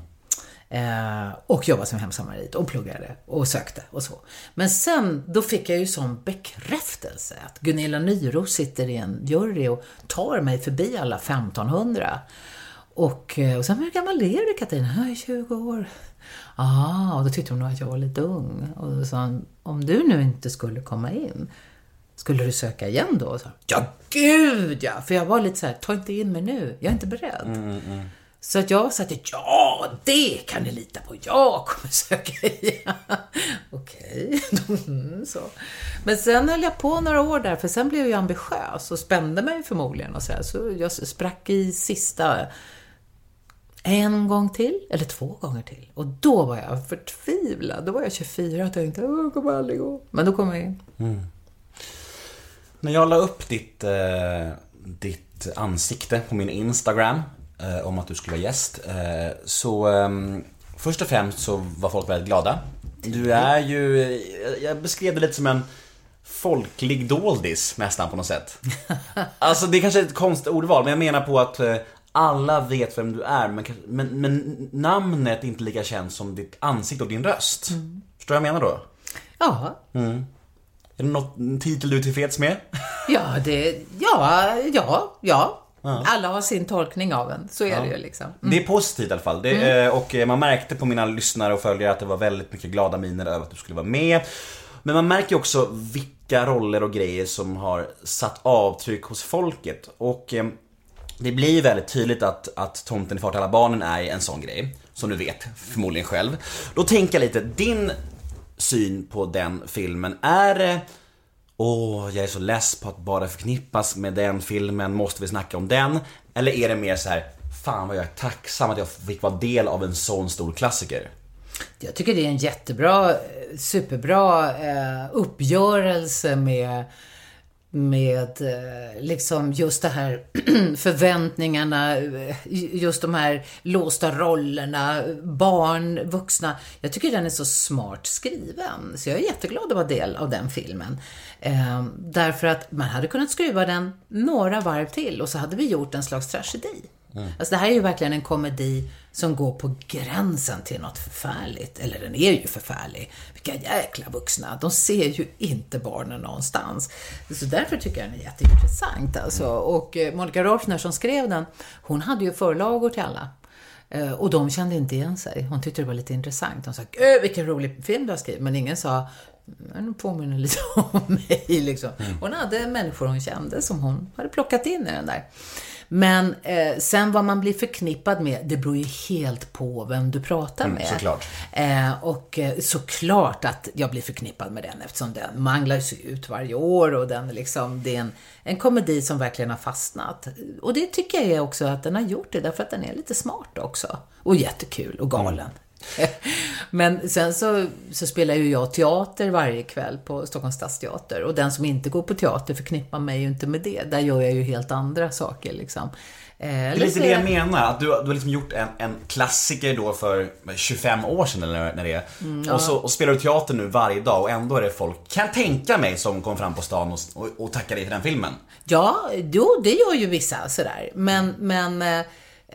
Eh, och jobbade som hemsamarit och pluggade och sökte och så. Men sen, då fick jag ju sån bekräftelse att Gunilla Nyro sitter i en jury och tar mig förbi alla femtonhundra. Och, och sen, hur gammal är du Katarina? Jag är tjugo år. Ah, och då tyckte hon nog att jag var lite ung. Och då sa hon, om du nu inte skulle komma in, skulle du söka igen då? Och så, ja, gud ja! För jag var lite så här, ta inte in mig nu, jag är inte beredd. Mm, mm. Så att jag sa att ja, det kan ni lita på. Jag kommer söka igen. Okej. Okay. Så. Men sen höll jag på några år där. För sen blev jag ambitiös och spände mig förmodligen. Och så, här. Så jag sprack i sista en gång till. Eller två gånger till. Och då var jag förtvivlad. Då var jag tjugofyra och tänkte, jag kommer aldrig gå. Men då kom jag in. Mm. När jag la upp ditt, eh, ditt ansikte på min Instagram om att du skulle vara gäst, så um, först och främst så var folk väldigt glada. Du är ju, jag beskrev det lite som en folklig doldis nästan på något sätt. Alltså det är kanske ett konstigt ordval, men jag menar på att alla vet vem du är, men, men, men namnet är inte lika känt som ditt ansikte och din röst. Mm. Förstår du vad jag menar då? Ja. Mm. Är det något titel du är tillfreds med? Ja, det, ja, ja, ja. Ja. Alla har sin tolkning av en, så är ja. det ju liksom. Mm. Det är positivt i alla fall det, mm. Och man märkte på mina lyssnare och följare att det var väldigt mycket glada miner över att du skulle vara med. Men man märker också vilka roller och grejer som har satt avtryck hos folket. Och eh, det blir väldigt tydligt att, att Tomten i Far till alla barnen är en sån grej, som du vet förmodligen själv. Då tänker jag lite, din syn på den filmen, är det åh, jag är så less på att bara förknippas med den filmen, måste vi snacka om den? Eller är det mer så här, fan vad jag är tacksam att jag fick vara del av en sån stor klassiker? Jag tycker det är en jättebra, superbra eh, uppgörelse med, med eh, liksom just det här förväntningarna, just de här låsta rollerna, barn, vuxna. Jag tycker den är så smart skriven, så jag är jätteglad att vara del av den filmen. Eh, därför att man hade kunnat skruva den några varv till och så hade vi gjort en slags tragedi. Mm. Alltså det här är ju verkligen en komedi som går på gränsen till något förfärligt. Eller den är ju förfärlig. Vilka jäkla vuxna. De ser ju inte barnen någonstans. Så därför tycker jag den är jätteintressant. Alltså. Och Monica Rolfner som skrev den, hon hade ju förlagor till alla. Och de kände inte igen sig. Hon tyckte det var lite intressant. Hon sa, vilken rolig film du har skrivit. Men ingen sa, den påminner lite om mig. Liksom. Mm. Hon hade människor hon kände som hon hade plockat in i den där. Men eh, sen vad man blir förknippad med, det beror ju helt på vem du pratar med. Mm, såklart. Eh, och eh, såklart att jag blir förknippad med den, eftersom den manglar sig ut varje år och den liksom, det är en, en komedi som verkligen har fastnat. Och det tycker jag också att den har gjort det, därför att den är lite smart också. Och jättekul och galen. Mm. Men sen så, så spelar ju jag teater varje kväll på Stockholms stadsteater. Och den som inte går på teater förknippar mig ju inte med det. Där gör jag ju helt andra saker liksom. Det är lite det jag menar, att du, du har liksom gjort en, en klassiker då för tjugofem år sedan eller när det är. Mm, ja. och, så, och spelar du teater nu varje dag och ändå är det folk, kan tänka mig, som kom fram på stan och, och, och tackar dig för den filmen. Ja, jo, det gör ju vissa sådär. Men, men eh,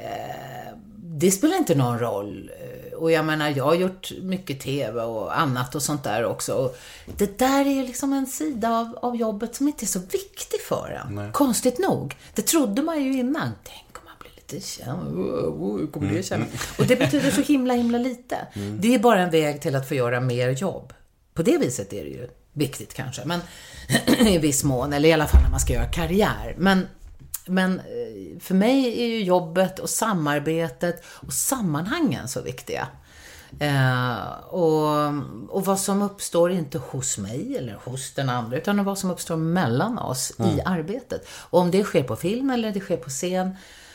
det spelar inte någon roll. Och jag menar, jag har gjort mycket tv och annat och sånt där också. Och det där är ju liksom en sida av, av jobbet som inte är så viktig för en. Nej. Konstigt nog. Det trodde man ju innan. Tänk om man blir lite känd. Oh, kommer det känna? Och det betyder så himla, himla lite. Mm. Det är bara en väg till att få göra mer jobb. På det viset är det ju viktigt kanske. Men i viss mån. Eller i alla fall när man ska göra karriär. Men... Men för mig är ju jobbet och samarbetet och sammanhangen så viktiga. Eh, och, och vad som uppstår inte hos mig eller hos den andra, utan vad som uppstår mellan oss mm. i arbetet. Och om det sker på film eller det sker på scen,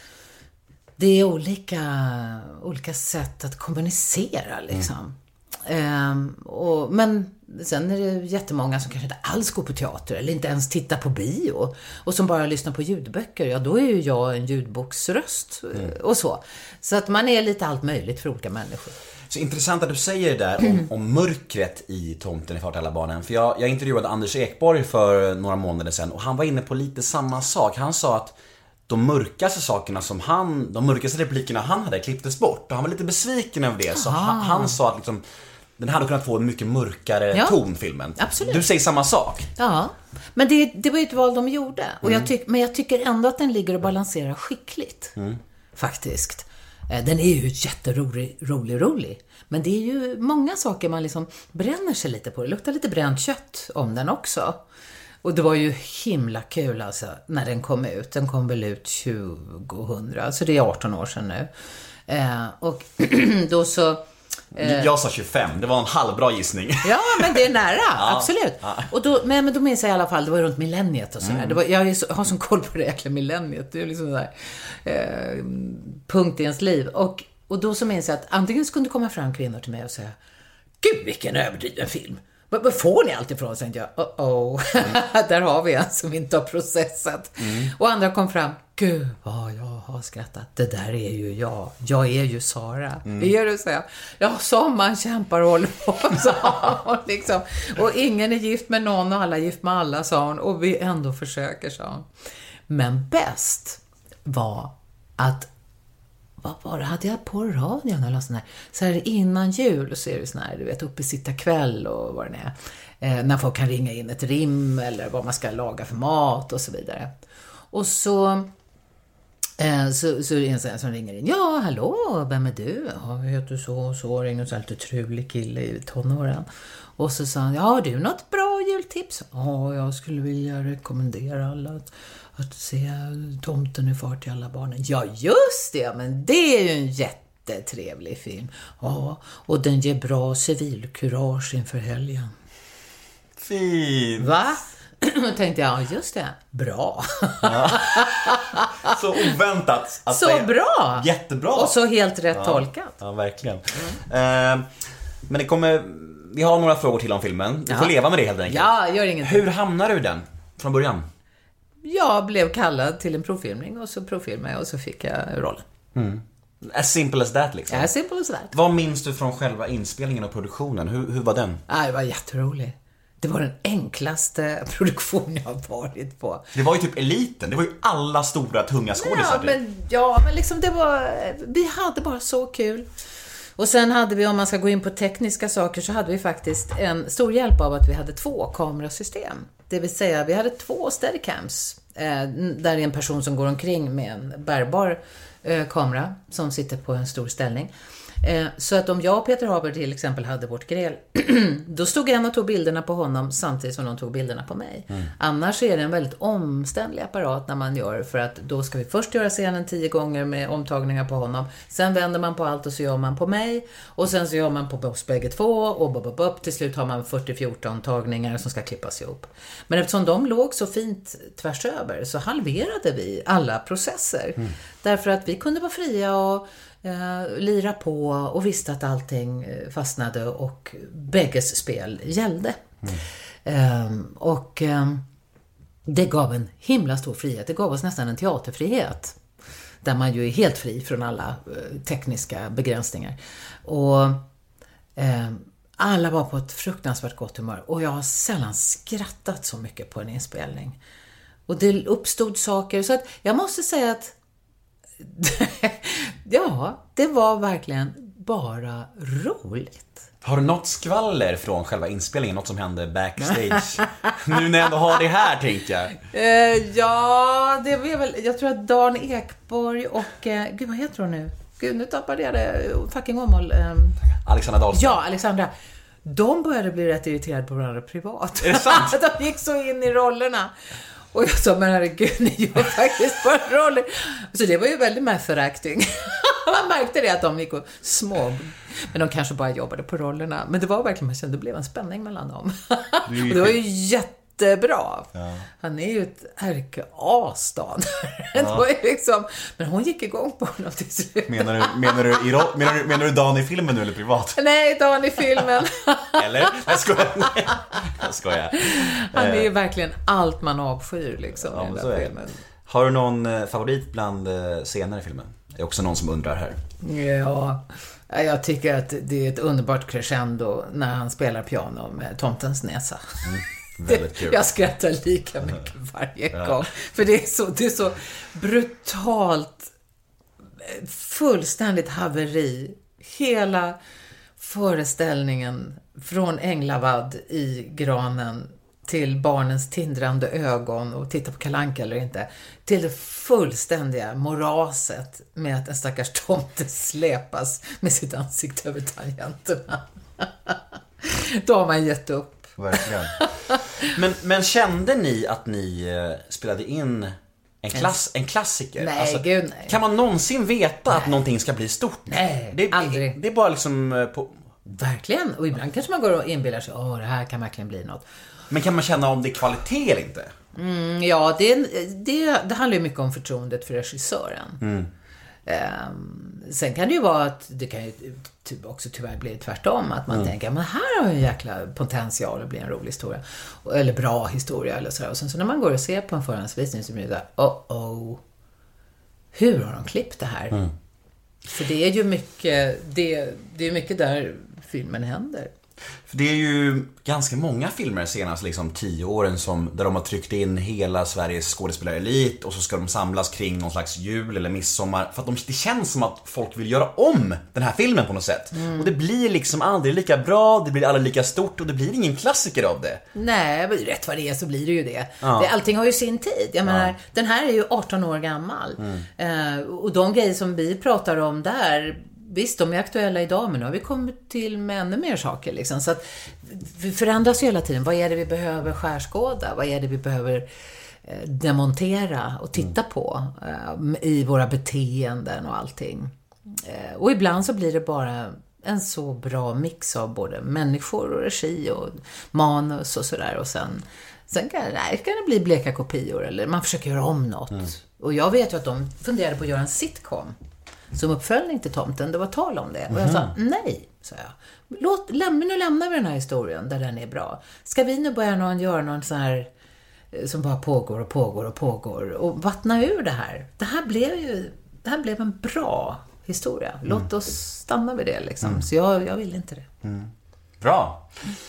det är olika, olika sätt att kommunicera liksom. Mm. Um, och, men sen är det jättemånga som kanske inte alls går på teater eller inte ens tittar på bio och som bara lyssnar på ljudböcker. Ja, då är ju jag en ljudboksröst mm. och så. Så att man är lite allt möjligt för olika människor. Så intressant att du säger det där om, om mörkret i Tomten är fart alla barnen. För jag, jag intervjuade Anders Ekborg för några månader sedan och han var inne på lite samma sak. Han sa att de mörkaste sakerna som han, de mörkaste replikerna han hade klipptes bort. Och han var lite besviken över det. Så han, han sa att liksom, den hade kunnat få en mycket mörkare ja, ton, filmen. Absolut. Du säger samma sak. Ja, men det, det var ju ett val de gjorde. Och mm. jag tyck, men jag tycker ändå att den ligger och balanserar skickligt. Mm. Faktiskt. Den är ju jätterolig, rolig, rolig. Men det är ju många saker man liksom bränner sig lite på. Det luktar lite bränt kött om den också. Och det var ju himla kul alltså när den kom ut. Den kom väl ut tjugohundra, så det är arton år sedan nu. Eh, och då så... Eh, jag sa tjugofem, det var en halvbra gissning. Ja, men det är nära, ja, absolut. Ja. Och då, men, men då minns jag i alla fall, det var runt millenniet och sådär. Mm. Det var, jag har sån koll på det jäkla millenniet. Det är liksom sådär eh, punkt i ens liv. Och, och då så minns jag att antingen skulle komma fram kvinnor till mig och säga: Gud, vilken överdriven film. Vad får ni allt ifrån? Så jag, oh oh, mm. där har vi en som inte har processat. Mm. Och andra kom fram: Gud vad jag har skrattat. Det där är ju jag. Jag är ju Sara. Mm. Det är det, så jag. Ja, som man kämpar och håller på, sa hon, liksom. Och ingen är gift med någon och alla är gift med alla, sa hon. Och vi ändå försöker, sa hon. Men bäst var att, vad var det? Hade jag på radion eller sån här? Så här innan jul så är det sån här, du vet, uppe sitta kväll och vad det är. Eh, när folk kan ringa in ett rim eller vad man ska laga för mat och så vidare. Och så eh, så, så är det en sån som ringer in. Ja, hallå, vem är du? Ja, jag heter så och så. Ringer en sån här lite trevlig kille i tonåren. Och så sa han: ja, har du något bra jultips? Ja, jag skulle vilja rekommendera alla att, att se Tomten är fart till alla barnen. Ja, just det, men det är ju en jättetrevlig film. Ja, och den ger bra civilkurage inför helgen. Fint. Va? Då tänkte jag, ja, just det, bra. Ja. Så oväntat att så säga. Bra. Jättebra. Och så helt rätt ja. tolkat. Ja, verkligen. Mm. eh, Men det kommer, vi har några frågor till om filmen. Du ja. får leva med det helt enkelt. Ja, gör ingenting. Hur hamnar du i den från början? Jag blev kallad till en provfilmning och så provfilmade jag och så fick jag rollen. Mm. As simple as that liksom. As simple as that. Vad minns du från själva inspelningen och produktionen? Hur, hur var den? Ja, det var jätteroligt. Det var den enklaste produktion jag har varit på. Det var ju typ eliten. Det var ju alla stora, tunga skådisar. Ja, men, ja, men liksom det var... Vi hade bara så kul. Och sen hade vi, om man ska gå in på tekniska saker, så hade vi faktiskt en stor hjälp av att vi hade två kamerasystem. Det vill säga, vi hade två steadicams. Eh, där är en person som går omkring med en bärbar eh, kamera som sitter på en stor ställning. Så att om jag och Peter Haber till exempel hade vårt gräl, då stod en och tog bilderna på honom samtidigt som de tog bilderna på mig. Mm. Annars är det en väldigt omständlig apparat när man gör, för att då ska vi först göra scenen tio gånger med omtagningar på honom. Sen vänder man på allt och så gör man på mig. Och sen så gör man på oss bägge två och bob, bob, bob. Till slut har man fyrtio fjorton tagningar som ska klippas ihop. Men eftersom de låg så fint tvärs över så halverade vi alla processer. Mm. Därför att vi kunde vara fria och eh, lira på och visste att allting fastnade och bägges spel gällde. Mm. Eh, och eh, det gav en himla stor frihet. Det gav oss nästan en teaterfrihet. Där man ju är helt fri från alla eh, tekniska begränsningar. Och eh, alla var på ett fruktansvärt gott humör. Och jag har sällan skrattat så mycket på en inspelning. Och det uppstod saker. Så att jag måste säga att ja, det var verkligen bara roligt. Har du något skvaller från själva inspelningen? Något som hände backstage? Nu när jag ändå har det här, tänkte jag. Eh, ja, det var väl... Jag tror att Dan Ekborg och... Eh, gud, vad heter hon nu? Gud, nu tappade jag det. Fucking omhåll. Eh, Alexandra Dahlström. Ja, Alexandra. De började bli rätt irriterade på varandra privat. Är det sant? De gick så in i rollerna. Och jag sa, men herregud, ni gör faktiskt bara roller. Så det var ju väldigt method acting. Man märkte det att de gick och små. Men de kanske bara jobbade på rollerna. Men det var verkligen, man kände, det blev en spänning mellan dem. Det, och det var ju jättebra. Ja. Han är ju ett ärkeas, Dan. Ja. Liksom, men hon gick igång på honom till slut. Menar du, menar, du i, menar, du, menar du Dan i filmen nu eller privat? Nej, Dan i filmen. Eller? Jag skojar. Jag skojar. Han är ju verkligen allt man avskyr liksom, ja, i den där filmen. Har du någon favorit bland scener i filmen? Det är också någon som undrar här. Ja, jag tycker att det är ett underbart crescendo när han spelar piano med tomtens näsa. Mm, väldigt kul. Jag skrattar lika mycket varje ja. gång. För det är, så, det är så brutalt, fullständigt haveri. Hela föreställningen från Änglavad i granen till barnens tindrande ögon och titta på Kalle Anka eller inte, till det fullständiga moraset med att en stackars tomte släpas med sitt ansikte över tangenterna. Då har man gett upp. Verkligen. Men, men kände ni att ni spelade in en, klass, en klassiker? Nej, alltså, gud nej. Kan man någonsin veta nej. att någonting ska bli stort? Nej, det, aldrig. Det är bara liksom på... Verkligen, och ibland kanske man går och inbillar sig, åh, det här kan verkligen bli något. Men kan man känna om det är kvalitet eller inte? Mm, ja, det, det, det handlar ju mycket om förtroendet för regissören. Mm. Um, sen kan det ju vara att det kan ju också tyvärr bli tvärtom. Att man mm. tänker, men här har ju en jäkla potential att bli en rolig historia. Eller bra historia eller sådär. Och sen så när man går och ser på en förhandsvisning så blir det där, oh oh, hur har de klippt det här? Mm. För det är ju mycket, det, det är mycket där filmen händer. För det är ju ganska många filmer senaste liksom tio åren som, där de har tryckt in hela Sveriges skådespelarelit och så ska de samlas kring någon slags jul eller midsommar. För att de, det känns som att folk vill göra om den här filmen på något sätt. Mm. Och det blir liksom aldrig lika bra, det blir aldrig lika stort och det blir ingen klassiker av det. Nej, rätt vad det är så blir det ju det. Ja. det allting har ju sin tid. Jag menar, ja. den här är ju arton år gammal. Mm. Uh, och de grejer som vi pratar om där, visst, de är aktuella idag, men nu har vi kommit till med ännu mer saker. Liksom. Så att vi förändras ju hela tiden. Vad är det vi behöver skärskåda? Vad är det vi behöver eh, demontera och titta mm. på eh, i våra beteenden och allting? Eh, och ibland så blir det bara en så bra mix av både människor och regi och manus och sådär. Och sen, sen kan, nej, kan det bli bleka kopior eller man försöker göra om något. Mm. Och jag vet ju att de funderade på att göra en sitcom som uppföljning till Tomten, det var tal om det. Och jag sa, nej, sa jag. Låt, läm, nu lämnar vi den här historien där den är bra. Ska vi nu börja någon, göra någon sån här som bara pågår och pågår och pågår och vattna ur det här. Det här blev ju, det här blev en bra historia. Låt mm. oss stanna vid det liksom. Mm. Så jag, jag vill inte det. Mm. Bra.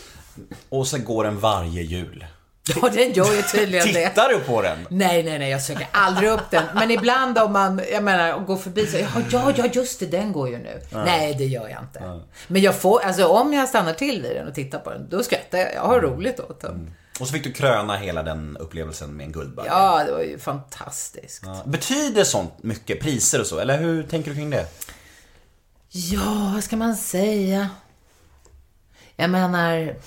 Och så går den varje jul. Ja, den gör ju tydligen det. Tittar du på den? Nej, nej, nej, jag söker aldrig upp den. Men ibland om man, jag menar, går förbi så, ja, ja, ja just det, den går ju nu. Ja. Nej, det gör jag inte. Ja. Men jag får, alltså om jag stannar till vid den och tittar på den, då skrattar jag. Jag har roligt åt den. Mm. Och så fick du kröna hela den upplevelsen med en Guldbagge. Ja, det var ju fantastiskt. Ja. Betyder sånt mycket priser och så? Eller hur tänker du kring det? Ja, vad ska man säga? Jag menar...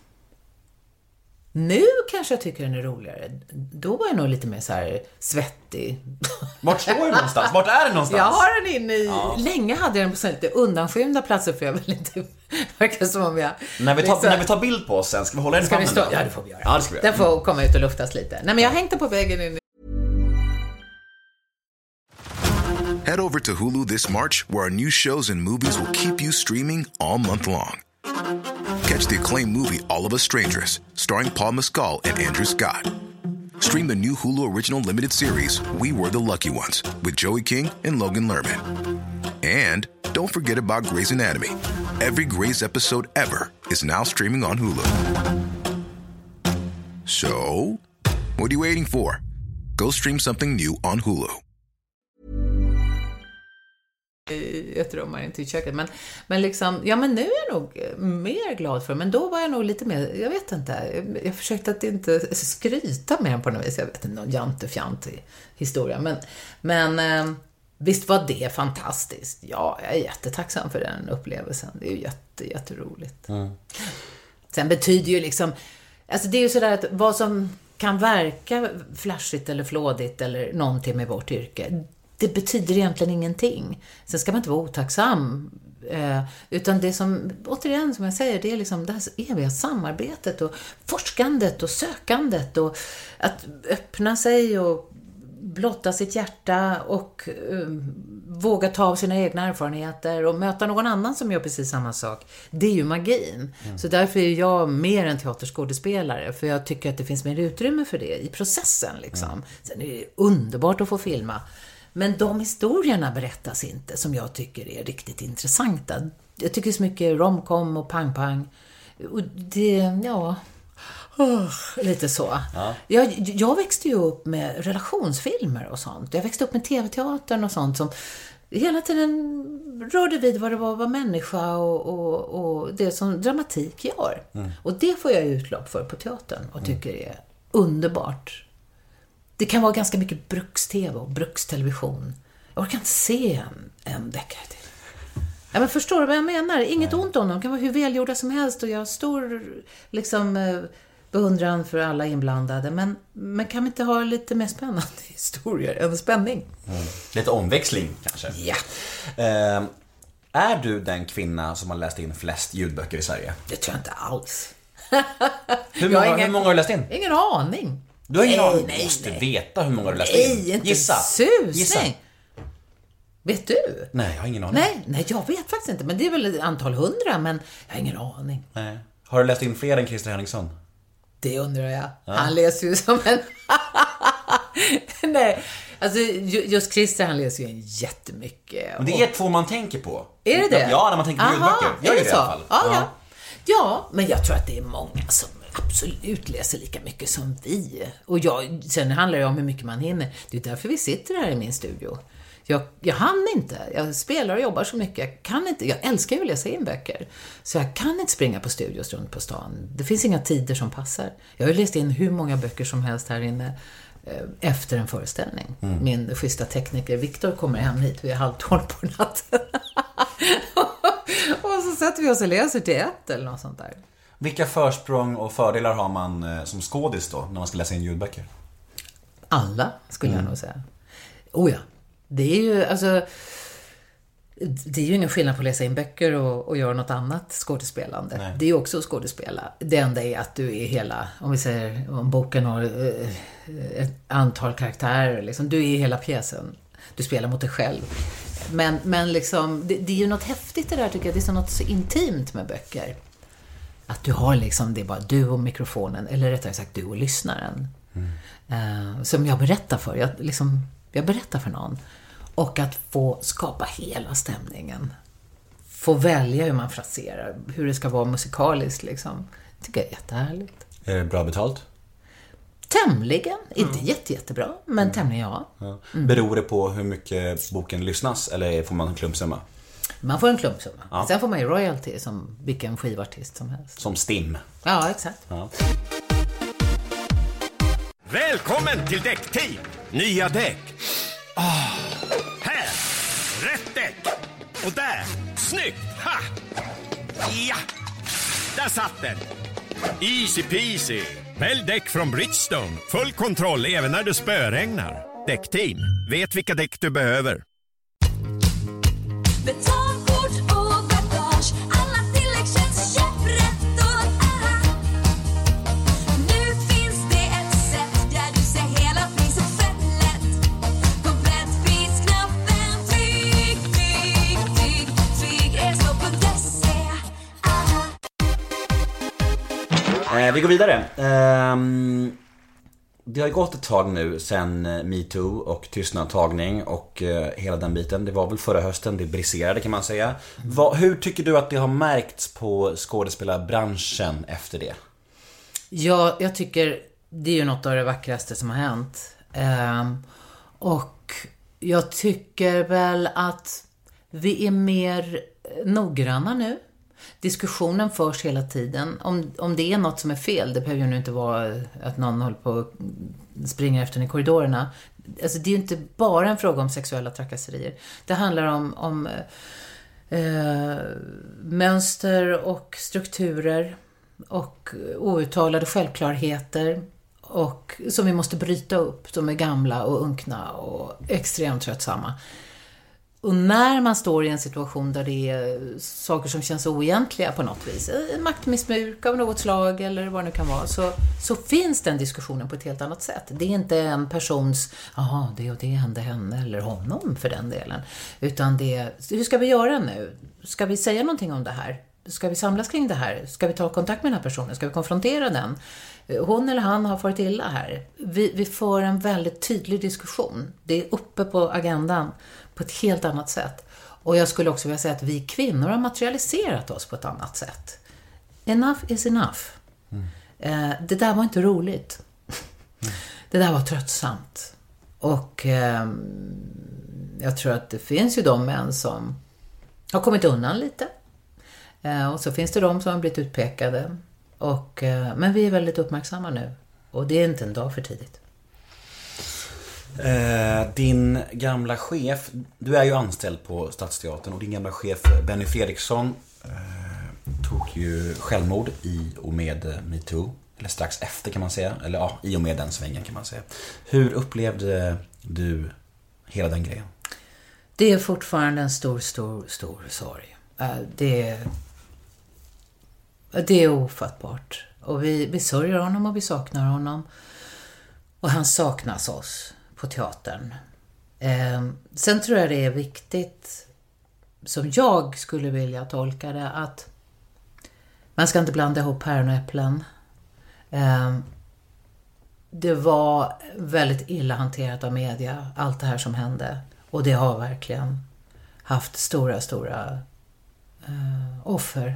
Nu kanske jag tycker den är roligare. Då var jag nog lite mer så här svettig. Vart står den någonstans? Vart är den någonstans? Jag har den inne i... Ja. Länge hade jag den på så lite undanskymda platser för jag vill inte... Verkar som om jag... När vi tar, liksom... när vi tar bild på oss sen, ska vi hålla den ska i stå... Ja, det får vi göra. Ja, det ska vi göra. Den får komma ut och luftas lite. Nej, men jag hängde på väggen in. Head over to Hulu this March, where our new shows and movies will keep you streaming all month long. Catch the acclaimed movie All of Us Strangers, starring Paul Mescal and Andrew Scott. Stream the new Hulu original limited series We Were the Lucky Ones with Joey King and Logan Lerman. And don't forget about Grey's Anatomy. Every Grey's episode ever is now streaming on Hulu. So, what are you waiting for? Go stream something new on Hulu. I ett rum här inte i köket. Men, men liksom, ja men nu är jag nog mer glad för, men då var jag nog lite mer, jag vet inte, jag försökte att inte skryta med den på något vis, jag vet inte, någon jantefjantig historia, men, men eh, visst var det fantastiskt. Ja, jag är jättetacksam för den upplevelsen, det är ju jätte, jätteroligt. Mm. Sen betyder ju liksom, alltså det är ju sådär att vad som kan verka flashigt eller flådigt eller någonting med vårt yrke, det betyder egentligen ingenting. Sen ska man inte vara otacksam. Eh, utan det som, återigen som jag säger, det är liksom det här eviga samarbetet och forskandet och sökandet och att öppna sig och blotta sitt hjärta och eh, våga ta av sina egna erfarenheter och möta någon annan som gör precis samma sak. Det är ju magin. Mm. Så därför är jag mer en teaterskådespelare, för jag tycker att det finns mer utrymme för det i processen liksom. Mm. Sen är det underbart att få filma. Men de historierna berättas inte som jag tycker är riktigt intressanta. Jag tycker så mycket romcom och pang-pang. Och det, ja, oh, lite så. Ja. Jag, jag växte ju upp med relationsfilmer och sånt. Jag växte upp med tv-teatern och sånt som hela tiden rörde vid vad det var att vara människa och, och, och det som dramatik gör. Mm. Och det får jag utlopp för på teatern och tycker mm. är underbart. Det kan vara ganska mycket bruks-tv och brukstelevision. Jag kan inte se en, en deckare till. Ja, men förstår du vad jag menar? Inget Nej. ont om dem. De kan vara hur välgjorda som helst. Och jag har stor liksom, beundran för alla inblandade. Men man kan inte ha lite mer spännande historier än spänning. Mm. Lite omväxling kanske. Ja. Eh, är du den kvinna som har läst in flest ljudböcker i Sverige? Det tror jag inte alls. hur, många, ingen, hur många har du läst in? Ingen aning. Du har ingen nej, aning. Nej, måste nej. veta hur många du läst nej, in. Inte Gissa. Susning. Gissa. Vet du? Nej, jag har ingen aning. Nej, nej, jag vet faktiskt inte. Men det är väl ett antal hundra, men jag har ingen aning. Nej. Har du läst in fler än Christer Henriksson? Det undrar jag. Ja. Han läser ju som en... nej, alltså just Christer, han läser ju en jättemycket. Men det är två man tänker på. Är det det? Ja, när man tänker på ljudböcker. Jag gör det i alla fall. Ja, ja. Ja. ja, men jag tror att det är många som absolut läser lika mycket som vi. Och jag, sen handlar det om hur mycket man hinner. Det är därför vi sitter här i min studio. Jag, jag hann inte. Jag spelar och jobbar så mycket. Jag kan inte. Jag älskar ju att läsa in böcker. Så jag kan inte springa på studios runt på stan. Det finns inga tider som passar. Jag har läst in hur många böcker som helst här inne eh, efter en föreställning. Mm. Min schyssta tekniker Viktor kommer hem hit vid halv tolv på natten. Och så sätter vi oss och läser till ett eller något sånt där. Vilka försprång och fördelar har man eh, som skådis då när man ska läsa in ljudböcker? Alla, skulle mm. jag nog säga. Oh ja. Det är ju, alltså, det är ju ingen skillnad på att läsa in böcker och, och göra något annat skådespelande. Nej. Det är ju också att skådespela. Det enda är att du är hela, om vi säger, om boken har ett antal karaktärer, liksom, du är hela pjäsen. Du spelar mot dig själv. Men, men liksom, det, det är ju något häftigt det där, tycker jag. Det är så något så intimt med böcker. Att du har liksom, det är bara du och mikrofonen, eller rättare sagt du och lyssnaren. Mm. Uh, som jag berättar för. Jag, liksom, jag berättar för någon. Och att få skapa hela stämningen. Få välja hur man fraserar. Hur det ska vara musikaliskt liksom. Det tycker jag är jättehärligt. Är det bra betalt? Tämligen. Mm. Inte jätte, jättebra, men mm. tämligen ja. ja. Mm. Beror det på hur mycket boken lyssnas eller får man en klumpsumma? Man får en klumpsumma. Ja. Sen får man ju royalty som vilken skivartist som helst. Som Stim. Ja, exakt. Ja. Välkommen till Däckteam! Nya däck. Ah, här! Rätt däck! Och där! Snyggt! Ha! Ja! Där satt den! Easy peasy! Välj däck från Bridgestone. Full kontroll även när det spöregnar. Däckteam. Vet vilka däck du behöver. Betalkort och bagage. Alla tillägg känns käpprätt och aha. Nu finns det ett sätt där du ser hela priset fett lätt. Komplettprisknappen Eh, vi går vidare. Ehm, det har ju gått ett tag nu sen MeToo och tystnadtagning och eh, hela den biten. Det var väl förra hösten, det briserade kan man säga. Mm. Vad, hur tycker du att det har märkts på skådespelarbranschen efter det? Ja, jag tycker det är ju något av det vackraste som har hänt. Ehm, och jag tycker väl att vi är mer noggranna nu. Diskussionen förs hela tiden. Om, om det är något som är fel, det behöver ju nu inte vara att någon håller på och springer efter den i korridorerna. Alltså det är ju inte bara en fråga om sexuella trakasserier. Det handlar om, om eh, mönster och strukturer och outtalade självklarheter och som vi måste bryta upp. De är gamla och unkna och extremt tröttsamma. Och när man står i en situation där det är saker som känns oegentliga på något vis, maktmissbruk av något slag eller vad det nu kan vara, så, så finns den diskussionen på ett helt annat sätt. Det är inte en persons, jaha, det och det hände henne eller honom för den delen. Utan det är, hur ska vi göra nu? Ska vi säga någonting om det här? Ska vi samlas kring det här? Ska vi ta kontakt med den här personen? Ska vi konfrontera den? Hon eller han har farit illa här. Vi, vi får en väldigt tydlig diskussion. Det är uppe på agendan på ett helt annat sätt. Och jag skulle också vilja säga att vi kvinnor har materialiserat oss på ett annat sätt. Enough is enough. Mm. Eh, det där var inte roligt. Mm. Det där var tröttsamt. Och eh, jag tror att det finns ju de män som har kommit undan lite. Eh, och så finns det de som har blivit utpekade. Och, eh, men vi är väldigt uppmärksamma nu. Och det är inte en dag för tidigt. Eh, din gamla chef, du är ju anställd på Stadsteatern, och din gamla chef Benny Fredriksson eh, tog ju självmord i och med MeToo, eller strax efter kan man säga, eller ja, i och med den svängen kan man säga. Hur upplevde du hela den grejen? Det är fortfarande en stor, stor, stor sorg. Eh, det är det är ofattbart. Och vi, vi sörjer honom och vi saknar honom. Och han saknas oss på teatern. Eh, sen tror jag det är viktigt, som jag skulle vilja tolka det, att man ska inte blanda ihop päron och äpplen. Eh, det var väldigt illa hanterat av media, allt det här som hände. Och det har verkligen haft stora, stora eh, offer.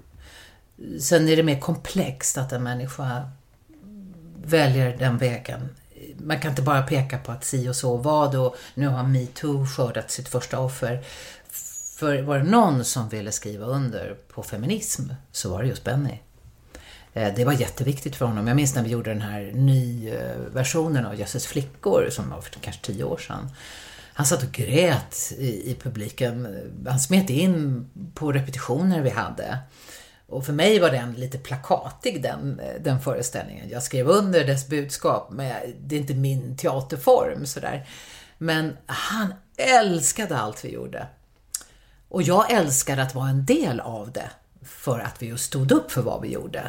Sen är det mer komplext att en människa väljer den vägen. Man kan inte bara peka på att si och så var det, och nu har MeToo skördat sitt första offer. För var det någon som ville skriva under på feminism, så var det just Benny. Det var jätteviktigt för honom. Jag minns när vi gjorde den här ny versionen av Jösses flickor, som var för kanske tio år sedan. Han satt och grät i, i publiken. Han smet in på repetitioner vi hade. Och för mig var den lite plakatig, den, den föreställningen. Jag skrev under dess budskap, men det är inte min teaterform sådär. Men han älskade allt vi gjorde. Och jag älskade att vara en del av det, för att vi just stod upp för vad vi gjorde.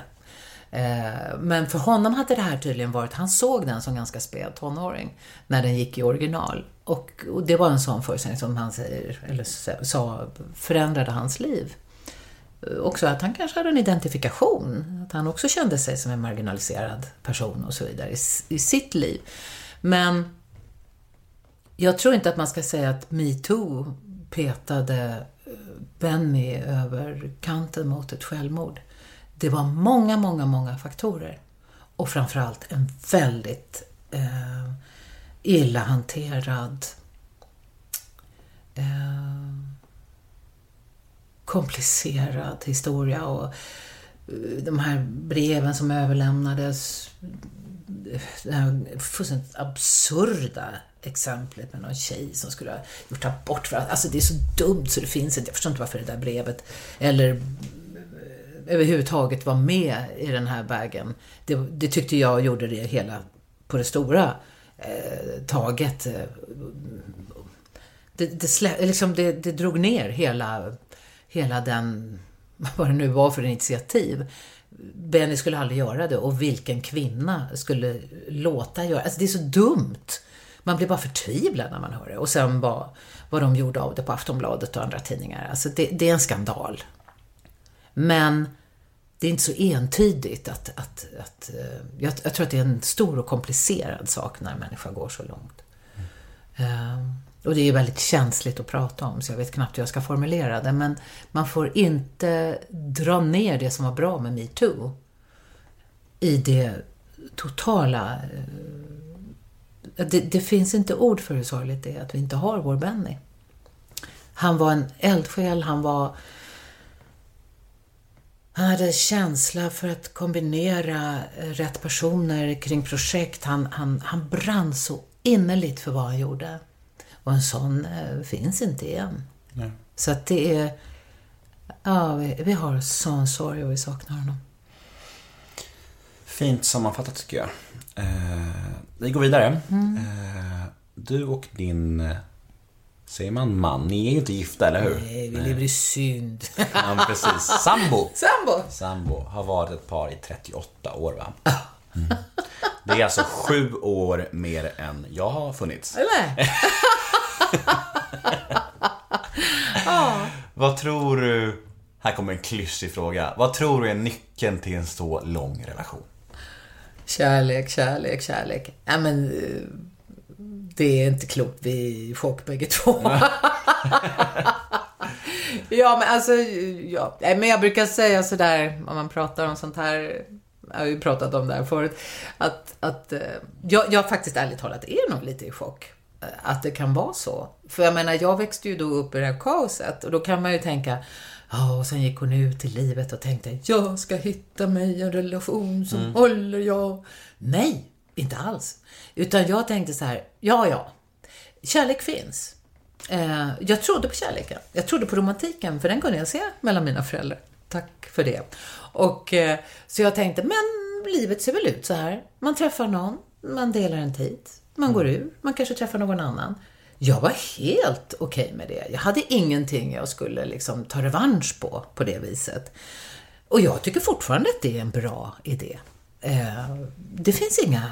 Men för honom hade det här tydligen varit, han såg den som ganska späd tonåring när den gick i original. Och, och det var en sån föreställning som han säger, eller sa, förändrade hans liv. Också att han kanske hade en identifikation, att han också kände sig som en marginaliserad person och så vidare i, i sitt liv. Men jag tror inte att man ska säga att MeToo petade Benny över kanten mot ett självmord. Det var många, många, många faktorer. Och framförallt en väldigt eh, illa hanterad eh, komplicerad historia, och de här breven som överlämnades, det här fullständigt absurda exemplet med någon tjej som skulle ha gjort abort för att, alltså det är så dumt så det finns inte, jag förstår inte varför det där brevet eller överhuvudtaget var med i den här bagen. Det, det tyckte jag gjorde det hela på det stora eh, taget. Det, det, slä, liksom det, det drog ner hela hela den, vad det nu var för initiativ. Benny skulle aldrig göra det, och vilken kvinna skulle låta göra. Alltså det är så dumt. Man blir bara förtvivlad när man hör det. Och sen vad, vad de gjorde av det på Aftonbladet och andra tidningar. Alltså det, det är en skandal. Men det är inte så entydigt att, att, att jag, jag tror att det är en stor och komplicerad sak när en människa går så långt. Mm. Um, och det är ju väldigt känsligt att prata om, så jag vet knappt hur jag ska formulera det, men man får inte dra ner det som var bra med MeToo i det totala. Det, det finns inte ord för hur sorgligt det är att vi inte har vår Benny. Han var en eldsjäl, han var han hade känsla för att kombinera rätt personer kring projekt. Han, han, han brann så innerligt för vad han gjorde. Och en sån eh, finns inte igen. Nej. Så att det är ja, vi, vi har sån sorg och vi saknar honom. Fint sammanfattat tycker jag. Eh, vi går vidare. Mm. Eh, du och din, säger man man, ni är ju inte gifta, eller hur? Nej, vi lever i synd. Ja, precis. Sambo. Sambo. Sambo har varit ett par i trettioåtta år, va? Mm. Det är alltså sju år mer än jag har funnits. Eller? Ja. Vad tror du, här kommer en klyschig fråga, vad tror du är nyckeln till en så lång relation? Kärlek, kärlek, kärlek. Ja, men det är inte klokt, vi är i chock bägge två. Ja, men alltså ja. Men jag brukar säga sådär, om man pratar om sånt här, jag har ju pratat om det här förut, att, att jag, jag faktiskt ärligt talat är nog lite i chock att det kan vara så. För jag menar, jag växte ju då upp i det här kaoset, och då kan man ju tänka, ja, och sen gick hon ut i livet och tänkte, jag ska hitta mig en relation som mm. håller jag. Nej, inte alls. Utan jag tänkte så här, ja, ja, kärlek finns. Eh, jag trodde på kärleken. Jag trodde på romantiken, för den kunde jag se mellan mina föräldrar. Tack för det. Och eh, så jag tänkte, men livet ser väl ut så här. Man träffar någon, man delar en tid, man mm. går ur, man kanske träffar någon annan. Jag var helt okej med det. Jag hade ingenting jag skulle liksom ta revansch på, på det viset. Och jag tycker fortfarande att det är en bra idé. Eh, det finns inga,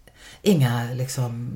inga liksom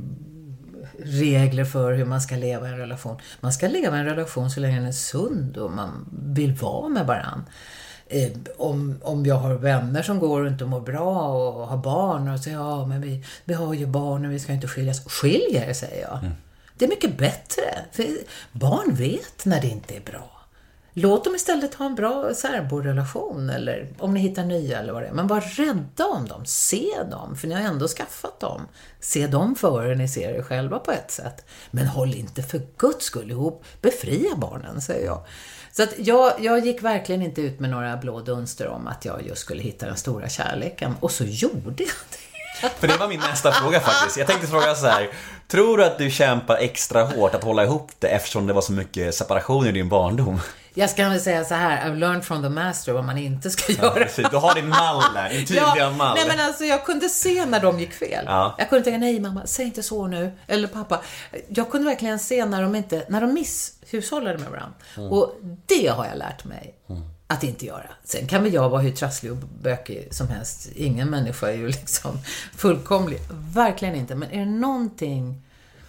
regler för hur man ska leva i en relation. Man ska leva i en relation så länge den är sund och man vill vara med varann. Eh, om, om jag har vänner som går runt och mår bra och har barn och säger, ja, men vi, vi har ju barn och vi ska inte skiljas. Skiljer, säger jag. Mm. Det är mycket bättre. För barn vet när det inte är bra. Låt dem istället ha en bra särborelation, eller om ni hittar nya eller vad det är. Men var rädda om dem. Se dem, för ni har ändå skaffat dem. Se dem före ni ser er själva på ett sätt. Men håll inte för Guds skull ihop. Befria barnen, säger jag. Så att jag, jag gick verkligen inte ut med några blå dunster om att jag just skulle hitta den stora kärleken. Och så gjorde jag det. För det var min nästa fråga faktiskt. Jag tänkte fråga så här, tror du att du kämpar extra hårt att hålla ihop det eftersom det var så mycket separation i din barndom? Jag ska väl säga så här, I've learned from the master vad man inte ska ja, göra. Precis. Du har din mall där, din tydliga ja, mall. Nej, men alltså jag kunde se när de gick fel. Ja. Jag kunde tänka, nej mamma, säg inte så nu. Eller pappa. Jag kunde verkligen se när de inte, när de misshushållade med varandra. Mm. Och det har jag lärt mig. Mm. Att inte göra. Sen kan väl jag vara hur trasslig och bökig som helst. Ingen människa är ju liksom fullkomlig. Verkligen inte. Men är det någonting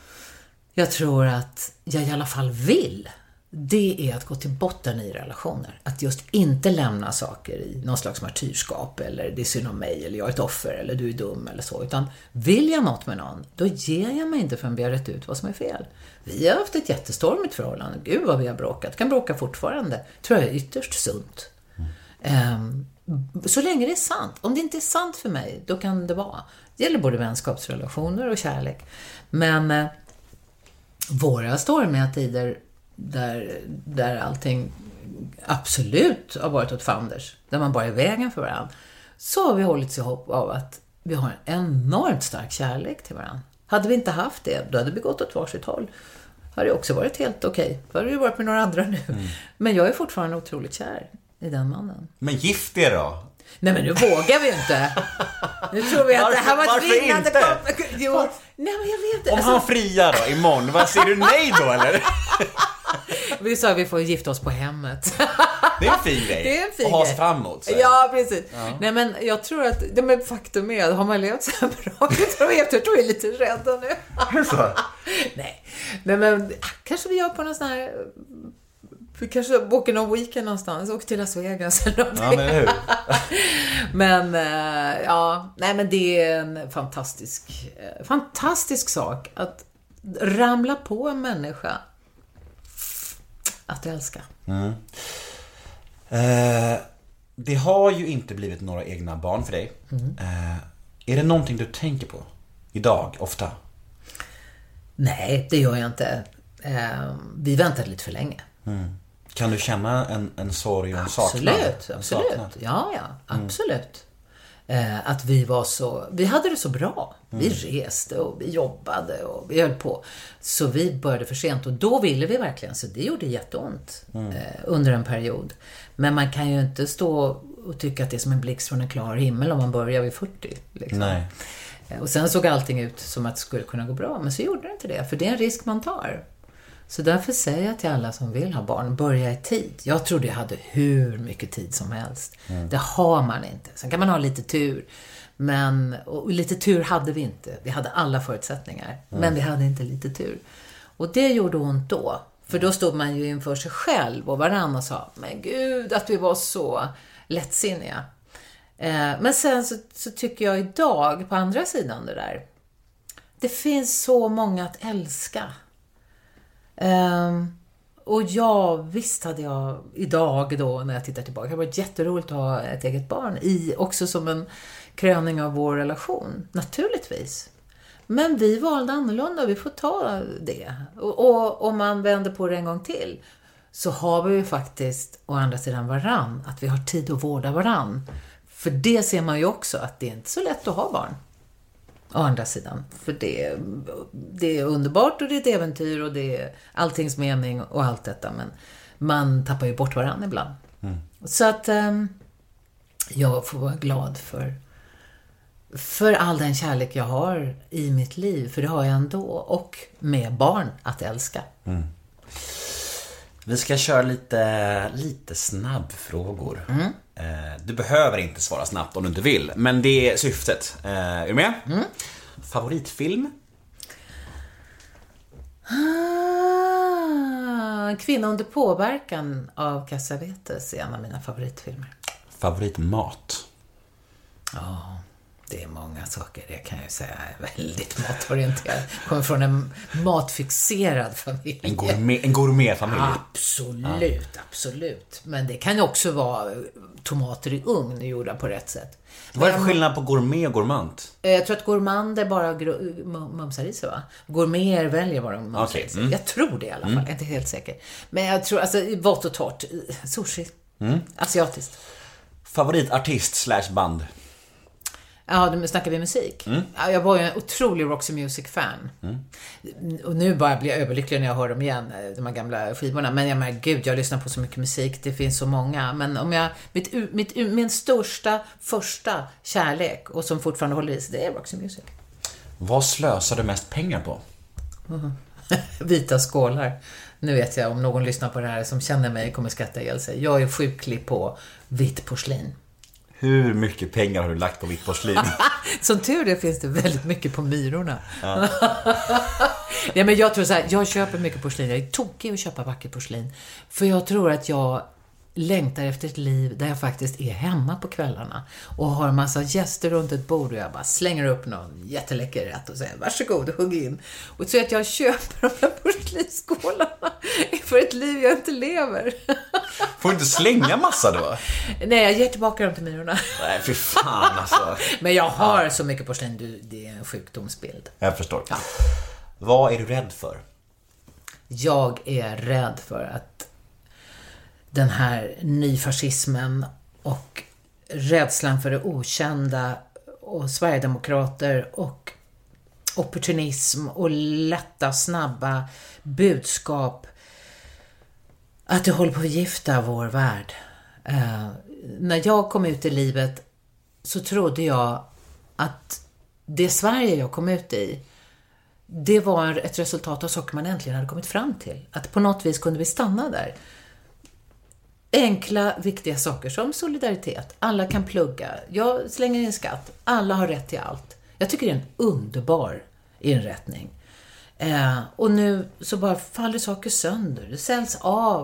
jag tror att jag i alla fall vill, det är att gå till botten i relationer. Att just inte lämna saker i någon slags martyrskap, eller det är synd om mig, eller jag är ett offer, eller du är dum, eller så. Utan vill jag något med någon, då ger jag mig inte förrän vi har rätt ut vad som är fel. Vi har haft ett jättestormigt förhållande. Gud vad vi har bråkat. Kan bråka fortfarande. Tror jag är ytterst sunt. Mm. Um, så länge det är sant. Om det inte är sant för mig, då kan det vara. Det gäller både vänskapsrelationer och kärlek. Men uh, våra stormiga tider där, där allting absolut har varit åt fanders, där man bara är i vägen för varandra, så har vi hållit sig ihop av att vi har en enormt stark kärlek till varandra. Hade vi inte haft det, då hade vi gått åt varsitt håll. Hade det också varit helt okej. Okay. Då hade vi varit med några andra nu. Mm. Men jag är fortfarande otroligt kär i den mannen. Men gift er då? Nej, men nu vågar vi inte. Nu tror vi att varför, det här var ett vinnande inte? Kom... Jo, nej, men jag vet inte. Om alltså... han friar då imorgon, vad säger du nej då eller? Vi sa att vi får gifta oss på hemmet. Det är en fin grej. Det är en fin och ha sig grej. framåt. Så. Ja, precis. Ja. Nej, men jag tror att det med faktum är att har man levt så här bra, jag tror jag, jag tror jag är lite rädda nu. Så. Nej. Nej, men kanske vi gör på någon sån här Vi kanske åker någon weekend någonstans. Åker till Las Vegas eller någonting. Ja, men hur? Men eh, ja, nej men det är en fantastisk eh, fantastisk sak att ramla på en människa att älska. Mm. Eh, det har ju inte blivit några egna barn för dig. Mm. Eh, är det någonting du tänker på idag, ofta? Nej, det gör jag inte. Eh, vi väntade lite för länge. Mm. Kan du känna en, en sorg och en absolut, saknad? Absolut, absolut. Ja, ja, absolut. Mm. Eh, att vi var så... Vi hade det så bra. Mm. Vi reste och vi jobbade och vi höll på. Så vi började för sent och då ville vi verkligen. Så det gjorde jätteont mm. eh, under en period. Men man kan ju inte stå och tycka att det är som en blixt från en klar himmel om man börjar vid fyrtio. Liksom. Nej. Eh, och sen såg allting ut som att det skulle kunna gå bra. Men så gjorde det inte det. För det är en risk man tar. Så därför säger jag till alla som vill ha barn, börja i tid. Jag trodde jag hade hur mycket tid som helst. Mm. Det har man inte. Sen kan man ha lite tur. Men, och lite tur hade vi inte. Vi hade alla förutsättningar. Mm. Men vi hade inte lite tur. Och det gjorde ont då. För då stod man ju inför sig själv och varann och sa, men gud att vi var så lättsinniga. Eh, men sen så, så tycker jag idag, på andra sidan det där. Det finns så många att älska. Um, och ja, visst hade jag idag då när jag tittar tillbaka, det har varit jätteroligt att ha ett eget barn i, också som en kröning av vår relation, naturligtvis. Men vi valde annorlunda och vi får ta det. Och, och om man vänder på det en gång till så har vi ju faktiskt å andra sidan varann, att vi har tid att vårda varann. För det ser man ju också att det är inte så lätt att ha barn. Å andra sidan. För det, det är underbart och det är ett äventyr och det är alltings mening och allt detta. Men man tappar ju bort varandra ibland. Mm. Så att um, jag får vara glad för, för all den kärlek jag har i mitt liv. För det har jag ändå. Och med barn att älska. Mm. Vi ska köra lite, lite snabbfrågor. Mm. Du behöver inte svara snabbt om du inte vill, men det är syftet. Är du med? Mm. Favoritfilm? Ah, Kvinna under påverkan av Cassavetes är en av mina favoritfilmer. Favoritmat? Ja, oh, det är många saker. Det kan jag säga är väldigt matorienterad. Kommer från en matfixerad familj. En gourmet, en gourmetfamilj. Absolut, ja. absolut. Men det kan också vara tomater i ugn gjorda på rätt sätt. Vad är det för skillnad på gourmet och gourmand? Jag tror att gourmander bara gr- mumsar i sig, va? Gourmeter väljer vad de mumsar okay. i sig. Mm. Jag tror det i alla fall, mm. jag är inte helt säker. Men jag tror, alltså, vått och torrt. Sushi. Mm. Asiatiskt. Favoritartist slash band? Ja, nu snackar vi musik. Mm. Ja, jag var ju en otrolig Roxy Music-fan. Mm. Och nu bara blir jag överlycklig när jag hör dem igen, de här gamla skivorna. Men jag menar, gud, jag lyssnar på så mycket musik. Det finns så många. Men om jag, mitt, mitt, min största, första kärlek, och som fortfarande håller i sig, det är Roxy Music. Vad slösar du mest pengar på? Mm. Vita skålar. Nu vet jag, om någon lyssnar på det här som känner mig kommer skratta ihjäl sig. Jag är sjuklig på vitt porslin. Hur mycket pengar har du lagt på vitt porslin? Som tur är finns det väldigt mycket på Myrorna. Ja. Nej, men jag tror så här, jag köper mycket porslin. Jag är tokig att köpa vackert porslin. För jag tror att jag längtar efter ett liv där jag faktiskt är hemma på kvällarna och har en massa gäster runt ett bord och jag bara slänger upp någon jätteläcker rätt och säger varsågod och hugg in. Och så att jag köper de här porslinsskålarna för ett liv jag inte lever. Får du inte slänga massa då? Nej, jag ger tillbaka dem till Myrorna. Nej, för fan alltså. Men jag har så mycket porslin, du, det är en sjukdomsbild. Jag förstår. Ja. Vad är du rädd för? Jag är rädd för att den här nyfascismen och rädslan för det okända och Sverigedemokrater och opportunism och lätta, snabba budskap, att det håller på att förgifta vår värld. Eh, när jag kom ut i livet så trodde jag att det Sverige jag kom ut i, det var ett resultat av saker man äntligen hade kommit fram till. Att på något vis kunde vi stanna där. Enkla, viktiga saker som solidaritet. Alla kan plugga. Jag slänger in skatt. Alla har rätt till allt. Jag tycker det är en underbar inrättning. Eh, och nu så bara faller saker sönder. Det säljs av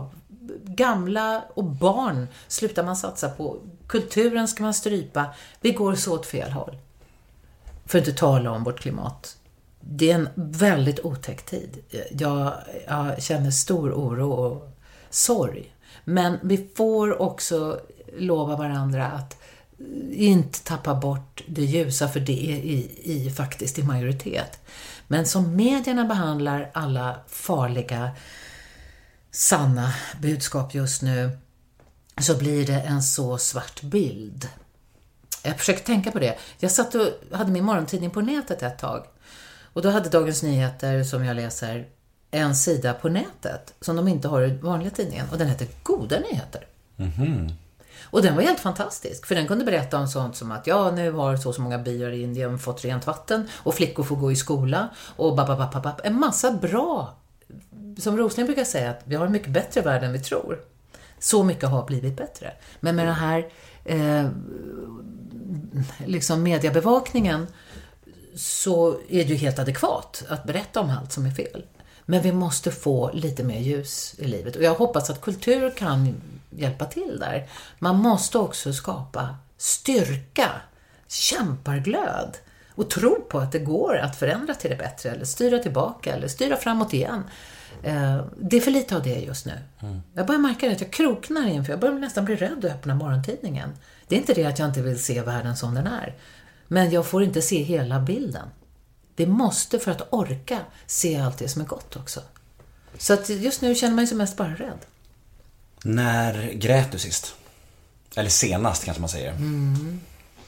gamla och barn slutar man satsa på. Kulturen ska man strypa. Vi går så åt fel håll. För att inte tala om vårt klimat. Det är en väldigt otäck tid. Jag, jag känner stor oro och sorg. Men vi får också lova varandra att inte tappa bort det ljusa, för det är i, i faktiskt i majoritet. Men som medierna behandlar alla farliga, sanna budskap just nu, så blir det en så svart bild. Jag försöker tänka på det. Jag satt och hade min morgontidning på nätet ett tag. Och då hade Dagens Nyheter, som jag läser, en sida på nätet som de inte har i vanliga tidningen. Och den heter Goda Nyheter. Mhm. Och den var helt fantastisk, för den kunde berätta om sånt som att ja, nu har så så många byar i Indien fått rent vatten och flickor får gå i skola och bababababab. En massa bra, som Rosling brukar säga, att vi har en mycket bättre värld än vi tror. Så mycket har blivit bättre. Men med den här eh, liksom mediebevakningen så är det ju helt adekvat att berätta om allt som är fel. Men vi måste få lite mer ljus i livet. Och jag hoppas att kultur kan hjälpa till där. Man måste också skapa styrka, kämparglöd och tro på att det går att förändra till det bättre eller styra tillbaka eller styra framåt igen. Det är för lite av det just nu. Mm. Jag börjar märka att jag kroknar inför. Jag börjar nästan bli rädd att öppna morgontidningen. Det är inte det att jag inte vill se världen som den är. Men jag får inte se hela bilden. Det måste, för att orka, se allt det som är gott också. Så att just nu känner man sig mest bara rädd. När grät du sist? Eller senast kanske man säger. Mm.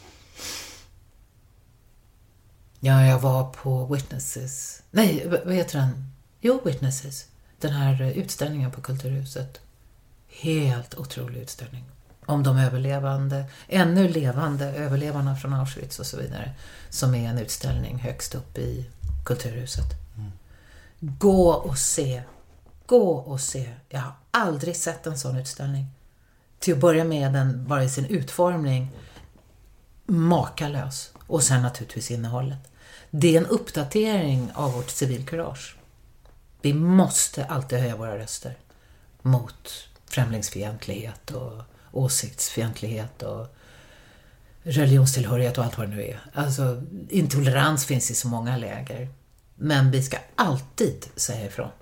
Ja, jag var på Witnesses. Nej, vad heter den? Jo, Witnesses. Den här utställningen på Kulturhuset. Helt otrolig utställning. Om de överlevande, ännu levande överlevarna från Auschwitz och så vidare. Som är en utställning högst upp i Kulturhuset. Mm. Gå och se. Gå och se. Jag har aldrig sett en sån utställning. Till att börja med den bara i sin utformning makalös. Och sen naturligtvis innehållet. Det är en uppdatering av vårt civilkurage. Vi måste alltid höja våra röster mot främlingsfientlighet och åsiktsfientlighet och religionstillhörighet och allt vad det nu är. Alltså, intolerans finns i så många läger. Men vi ska alltid säga ifrån.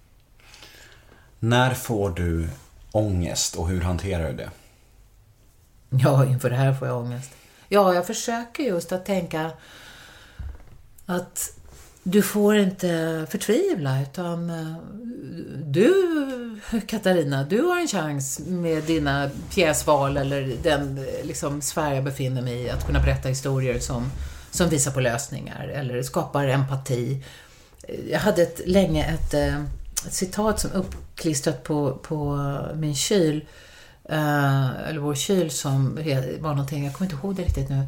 När får du ångest och hur hanterar du det? Ja, inför det här får jag ångest. Ja, jag försöker just att tänka att du får inte förtvivla, utan du, Katarina, du har en chans med dina pjäsval eller den liksom sfär jag befinner mig i att kunna berätta historier som, som visar på lösningar eller skapar empati. Jag hade ett, länge ett, ett citat som uppklistrat på, på min kyl, eller vår kyl, som var någonting, jag kommer inte ihåg det riktigt nu.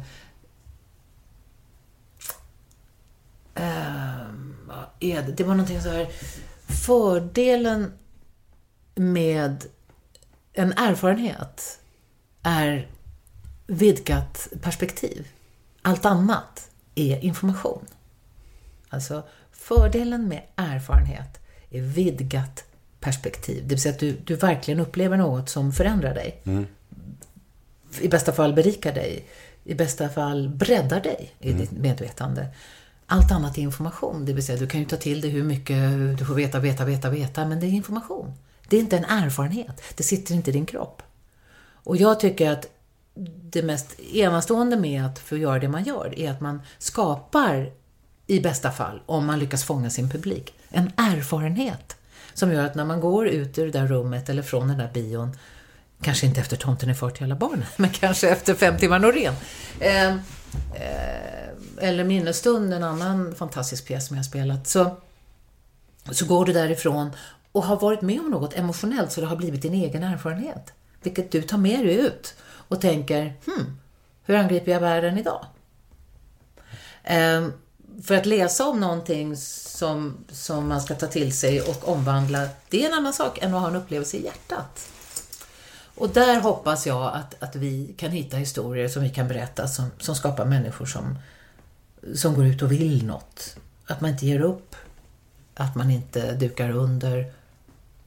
Uh, det var någonting så här: fördelen med en erfarenhet är vidgat perspektiv. Allt annat är information. Alltså fördelen med erfarenhet är vidgat perspektiv. Det vill säga att du, du verkligen upplever något som förändrar dig. Mm. I bästa fall berikar dig. I bästa fall breddar dig i mm. ditt medvetande. Allt annat är information. Det vill säga, du kan ju ta till det hur mycket du får veta, veta, veta, veta. Men det är information. Det är inte en erfarenhet. Det sitter inte i din kropp. Och jag tycker att det mest enastående med att få göra det man gör är att man skapar, i bästa fall, om man lyckas fånga sin publik, en erfarenhet som gör att när man går ut ur det där rummet eller från den där bion, kanske inte efter Tomten är far till alla barn, men kanske efter fem timmar Norén. Eh, eh, eller Minnesstund, en annan fantastisk pjäs som jag har spelat, så, så går du därifrån och har varit med om något emotionellt, så det har blivit din egen erfarenhet. Vilket du tar med dig ut och tänker, hmm, hur angriper jag världen idag? Eh, för att läsa om någonting som, som man ska ta till sig och omvandla, det är en annan sak än att ha en upplevelse i hjärtat. Och där hoppas jag att, att vi kan hitta historier som vi kan berätta som, som skapar människor som, som går ut och vill något. Att man inte ger upp, att man inte dukar under,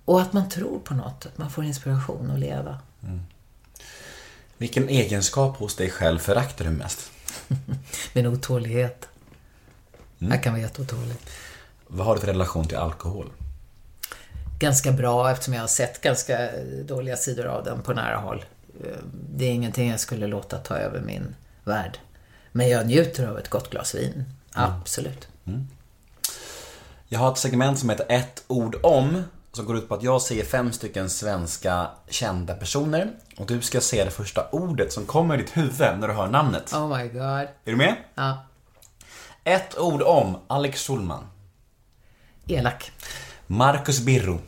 Och att man tror på något, att man får inspiration att leva. Mm. Vilken egenskap hos dig själv föraktar du mest? Min otålighet. Mm. Jag kan vara jätteotålig. Vad har du för relation till alkohol? Ganska bra, eftersom jag har sett ganska dåliga sidor av den på nära håll. Det är ingenting jag skulle låta ta över min värld. Men jag njuter av ett gott glas vin. Mm. Absolut. Mm. Jag har ett segment som heter ett ord om, som går ut på att jag säger fem stycken svenska kända personer och du ska säga det första ordet som kommer i ditt huvud när du hör namnet. Oh my god. Är du med? Ja. Ett ord om Alex Schulman. Elak. Marcus Birro.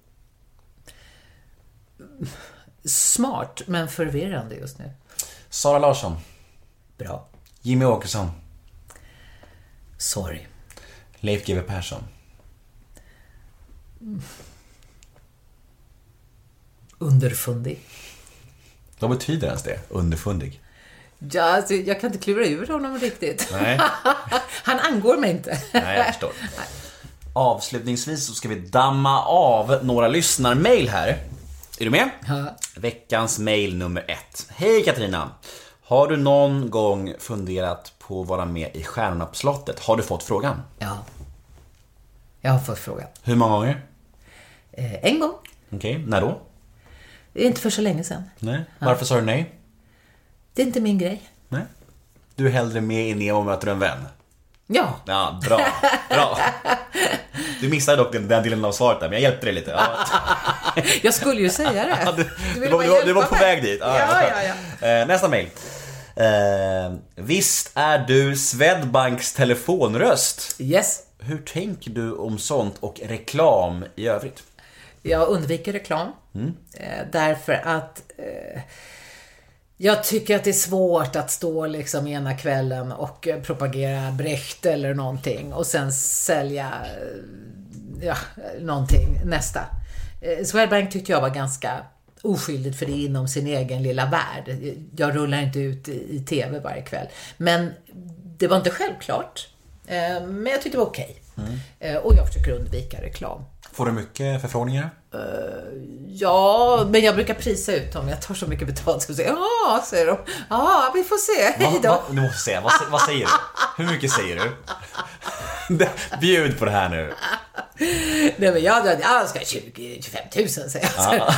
Smart, men förvirrande just nu. Sara Larsson. Bra. Jimmy Åkesson. Sorry. Leif G W Persson. Underfundig. Vad betyder ens det? Underfundig? Ja, alltså, jag kan inte klura ur honom riktigt. Nej. Han angår mig inte. Nej, jag förstår. Avslutningsvis så ska vi damma av några lyssnarmail här. Är du med? Ja. Veckans mail nummer ett. Hej Katarina. Har du någon gång funderat på att vara med i Stjärnorna på slottet? Har du fått frågan? Ja. Jag har fått frågan. Hur många gånger? Eh, en gång. Okej, okay. När då? Det är inte för så länge sedan. Nej. Varför sa du nej? Det är inte min grej. Nej. Du är hellre med i Nemo och möter en vän. Ja. Ja, bra. Bra. Du missade dock den, den delen av svaret där, men jag hjälpte dig lite. Ja. Jag skulle ju säga det. Ja, du, du, du, var, du, var, du var på mig. väg dit. Ja, ja, ja, ja. Eh, nästa mejl. Eh, visst är du Swedbanks telefonröst? Yes. Hur tänker du om sånt och reklam i övrigt? Jag undviker reklam. Mm. Eh, därför att eh, jag tycker att det är svårt att stå liksom ena kvällen och propagera Brecht eller någonting och sen sälja ja, någonting nästa. Eh, Swedbank tyckte jag var ganska oskyldigt för det är inom sin egen lilla värld. Jag rullar inte ut i, i tv varje kväll. Men det var inte självklart. Eh, men jag tyckte det var okej. Mm. Eh, och jag försöker undvika reklam. Får du mycket förfrågningar? Uh, ja, men jag brukar prisa ut dem. Jag tar så mycket betalt så säger ja, säger de. Ja, vi får se. Hej då. Va, va, du måste säga. Vad, vad säger du? Hur mycket säger du? Bjud på det här nu. Nej, men jag, jag ska tjugo till tjugofem tusen säger jag. Ja.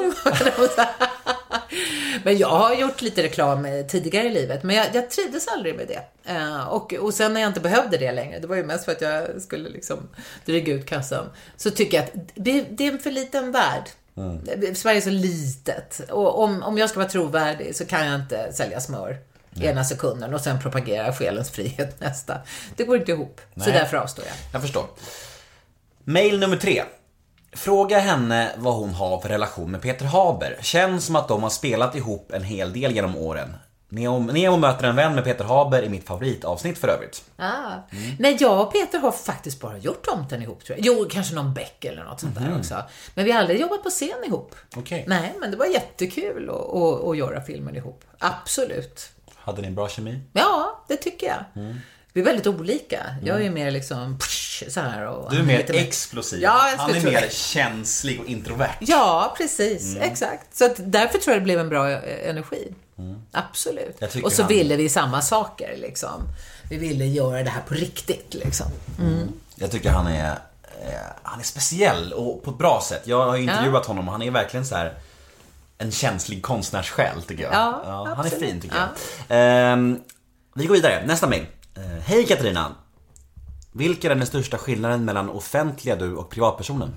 Men jag har gjort lite reklam tidigare i livet, men jag, jag trivdes aldrig med det. Uh, och, och sen när jag inte behövde det längre, det var ju mest för att jag skulle liksom dryga ut kassan, så tycker jag att det, det är en för liten värld. Mm. Sverige är så litet. Och om, om jag ska vara trovärdig så kan jag inte sälja smör mm. ena sekunden och sen propagera själens frihet nästa. Det går inte ihop. Nej. Så därför avstår jag. Jag förstår. Mail nummer tre. Fråga henne vad hon har för relation med Peter Haber. Känns som att de har spelat ihop en hel del genom åren. Nemo, Nemo möter en vän med Peter Haber i mitt favoritavsnitt för övrigt. Ah. Mm. Nej, jag och Peter har faktiskt bara gjort tomten ihop, tror jag. Jo, kanske någon bäck eller något sånt mm. där också. Men vi har aldrig jobbat på scen ihop. Okay. Nej, men det var jättekul att, att, att göra filmen ihop. Absolut. Hade ni en bra kemi? Ja, det tycker jag. Mm. Vi är väldigt olika. Jag är mer liksom så här och du är mer explosiv. Ja, han är mer känslig och introvert. Ja, precis. Mm. Exakt. Så att därför tror jag det blev en bra energi. Mm. Absolut. Och så han... ville vi samma saker liksom. Vi ville göra det här på riktigt liksom. Mm. Jag tycker han är eh, han är speciell och på ett bra sätt. Jag har intervjuat ja. honom och han är verkligen så här en känslig konstnärssjäl tycker jag. Ja, ja, han är fin tycker ja. jag. Um, vi går vidare. Nästa mejl. Uh, Hej Katarina. Vilken är den största skillnaden mellan offentliga du och privatpersonen?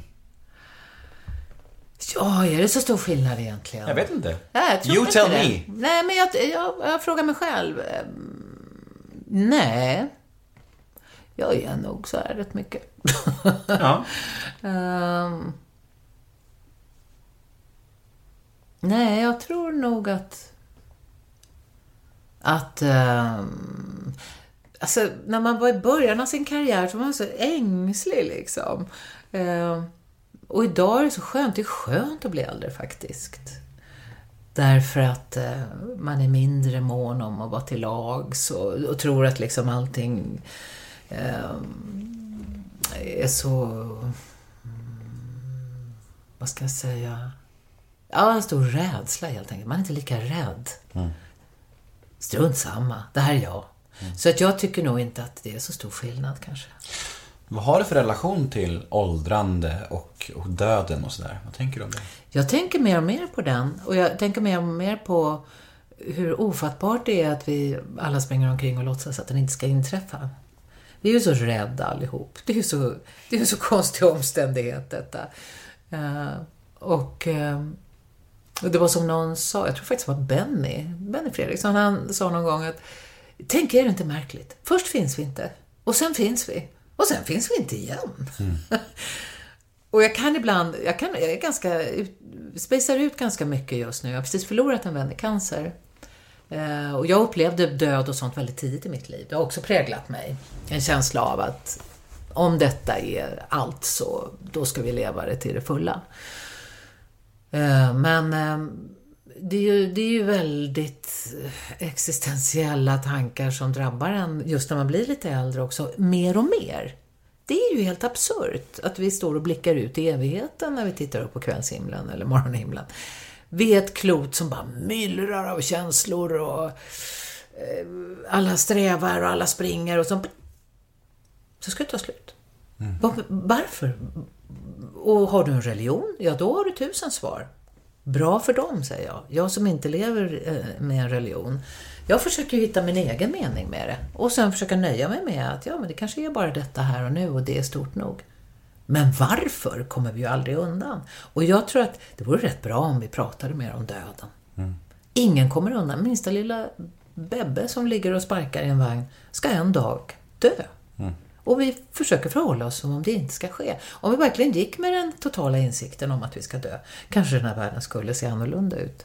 Ja, är det så stor skillnad egentligen? Jag vet inte. Nej, jag tror you inte tell det. me. Nej, men jag, jag, jag frågar mig själv. Nej. Jag är nog så här rätt mycket. Ja. um, nej, jag tror nog att att um, alltså, när man var i början av sin karriär så var man så ängslig liksom. Um, och idag är det så skönt. Det är skönt att bli äldre faktiskt. Därför att uh, man är mindre mån om att vara till lags och, och tror att liksom allting uh, är så vad ska jag säga? Ja, en stor rädsla helt enkelt. Man är inte lika rädd. Mm. Strunt samma, det här är jag. Mm. Så att jag tycker nog inte att det är så stor skillnad kanske. Vad har du för relation till åldrande och, och döden och sådär? Vad tänker du om det? Jag tänker mer och mer på den. Och jag tänker mer och mer på hur ofattbart det är att vi alla springer omkring och låtsas att den inte ska inträffa. Vi är ju så rädda allihop. Det är ju så, det är ju så konstig omständighet detta. Uh, och, uh, och det var som någon sa, jag tror faktiskt det var Benny, Benny Fredriksson, han sa någon gång att tänk, är det inte märkligt? Först finns vi inte, och sen finns vi, och sen finns vi inte igen. Mm. Och jag kan ibland, jag, kan, jag är ganska, spejsar ut ganska mycket just nu. Jag har precis förlorat en vän i cancer. Uh, och jag upplevde död och sånt väldigt tidigt i mitt liv. Det har också präglat mig. En känsla av att om detta är allt, så då ska vi leva det till det fulla. Uh, men uh, det, är ju, det är ju väldigt existentiella tankar som drabbar en just när man blir lite äldre också. Mer och mer. Det är ju helt absurt att vi står och blickar ut i evigheten när vi tittar upp på kvällshimlen eller morgonhimlen. Vi är ett klot som bara myllrar av känslor och eh, alla strävar och alla springer och så, så ska det ta slut. Mm. Var, varför? Och har du en religion? Ja, då har du tusen svar. Bra för dem, säger jag. Jag som inte lever eh, med en religion. Jag försöker hitta min egen mening med det. Och sen försöka nöja mig med att ja, men det kanske är bara detta här och nu och det är stort nog. Men varför kommer vi ju aldrig undan? Och jag tror att det vore rätt bra om vi pratade mer om döden. Mm. Ingen kommer undan. Minsta lilla bebbe som ligger och sparkar i en vagn ska en dag dö. Mm. Och vi försöker förhålla oss som om det inte ska ske. Om vi verkligen gick med den totala insikten om att vi ska dö, kanske den här världen skulle se annorlunda ut.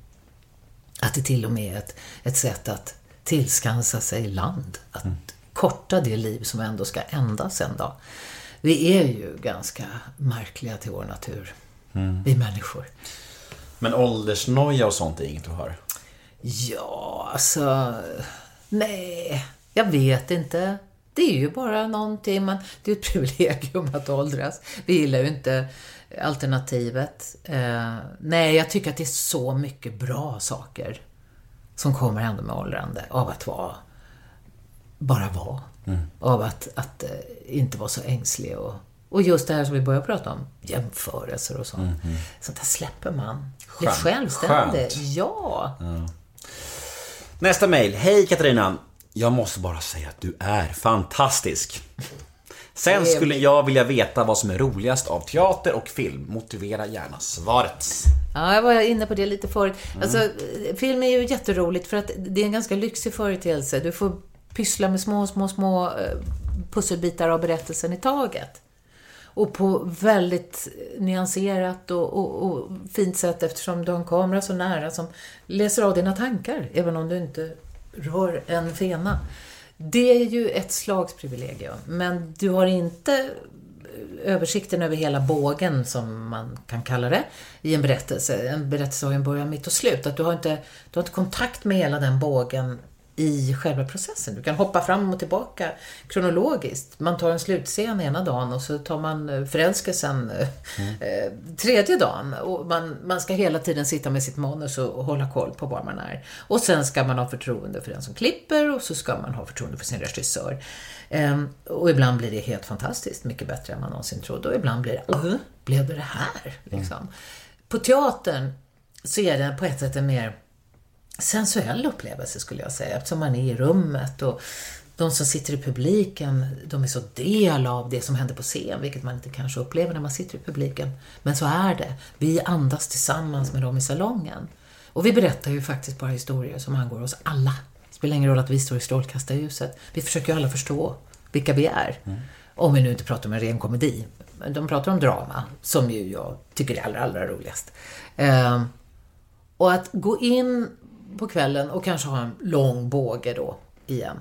Att det till och med är ett, ett sätt att tillskansa sig land. Att mm. korta det liv som ändå ska ändas en dag. Vi är ju ganska märkliga till vår natur. Mm. Vi människor. Men åldersnoja och sånt är inget du har? Ja, alltså... Nej, jag vet inte. Det är ju bara någonting. Man, det är ett privilegium att åldras. Vi gillar ju inte alternativet. Eh, nej, jag tycker att det är så mycket bra saker som kommer ändå med åldrande. Av att vara... Bara vara. Mm. Av att, att uh, inte vara så ängslig och, och just det här som vi börjar prata om, jämförelser och sånt. Mm, mm. Sånt där släpper man. Skönt. Blir självständig. Ja. ja. Nästa mejl. Hej Katarina. Jag måste bara säga att du är fantastisk. Sen skulle jag vilja veta vad som är roligast av teater och film. Motivera gärna svaret. Ja, jag var inne på det lite förut. Mm. Alltså, film är ju jätteroligt för att det är en ganska lyxig företeelse. Du får pyssla med små, små, små pusselbitar av berättelsen i taget. Och på väldigt nyanserat och, och, och fint sätt eftersom du har en kamera så nära som läser av dina tankar, även om du inte rör en fena. Det är ju ett slags privilegium, men du har inte översikten över hela bågen som man kan kalla det i en berättelse. En berättelse har ju en början, mitt och slut. Att du har inte, du har inte kontakt med hela den bågen i själva processen. Du kan hoppa fram och tillbaka kronologiskt. Man tar en slutscen ena dagen och så tar man förälskelsen mm. eh, tredje dagen. Och man, man ska hela tiden sitta med sitt manus och hålla koll på var man är. Och sen ska man ha förtroende för den som klipper och så ska man ha förtroende för sin regissör. Eh, och ibland blir det helt fantastiskt mycket bättre än man någonsin trodde. Och ibland blir det, uh, blev det det här? Liksom. Mm. På teatern så är det på ett sätt en mer sensuell upplevelse skulle jag säga, eftersom man är i rummet och de som sitter i publiken, de är så del av det som händer på scen, vilket man inte kanske upplever när man sitter i publiken. Men så är det. Vi andas tillsammans med dem i salongen. Och vi berättar ju faktiskt bara historier som angår oss alla. Det spelar ingen roll att vi står i strålkastarljuset. Vi försöker ju alla förstå vilka vi är. Mm. Om vi nu inte pratar om en ren komedi. De pratar om drama, som ju jag tycker är allra, allra roligast. Uh, och att gå in på kvällen och kanske ha en lång båge då igen.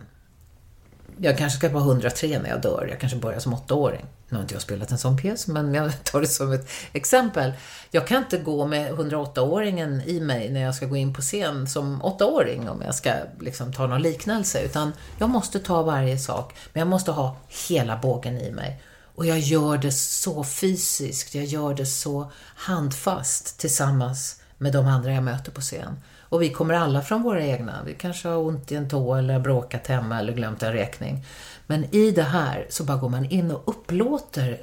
Jag kanske ska vara hundratre när jag dör. Jag kanske börjar som åttaåring. Nu har inte jag spelat en sån pjäs, men jag tar det som ett exempel. Jag kan inte gå med hundraåtta-åringen i mig när jag ska gå in på scen som åttaåring om jag ska liksom ta någon liknelse. Utan jag måste ta varje sak, men jag måste ha hela bågen i mig. Och jag gör det så fysiskt, jag gör det så handfast tillsammans med de andra jag möter på scen. Och vi kommer alla från våra egna. Vi kanske har ont i en tå eller bråkat hemma eller glömt en räkning. Men i det här så bara går man in och upplåter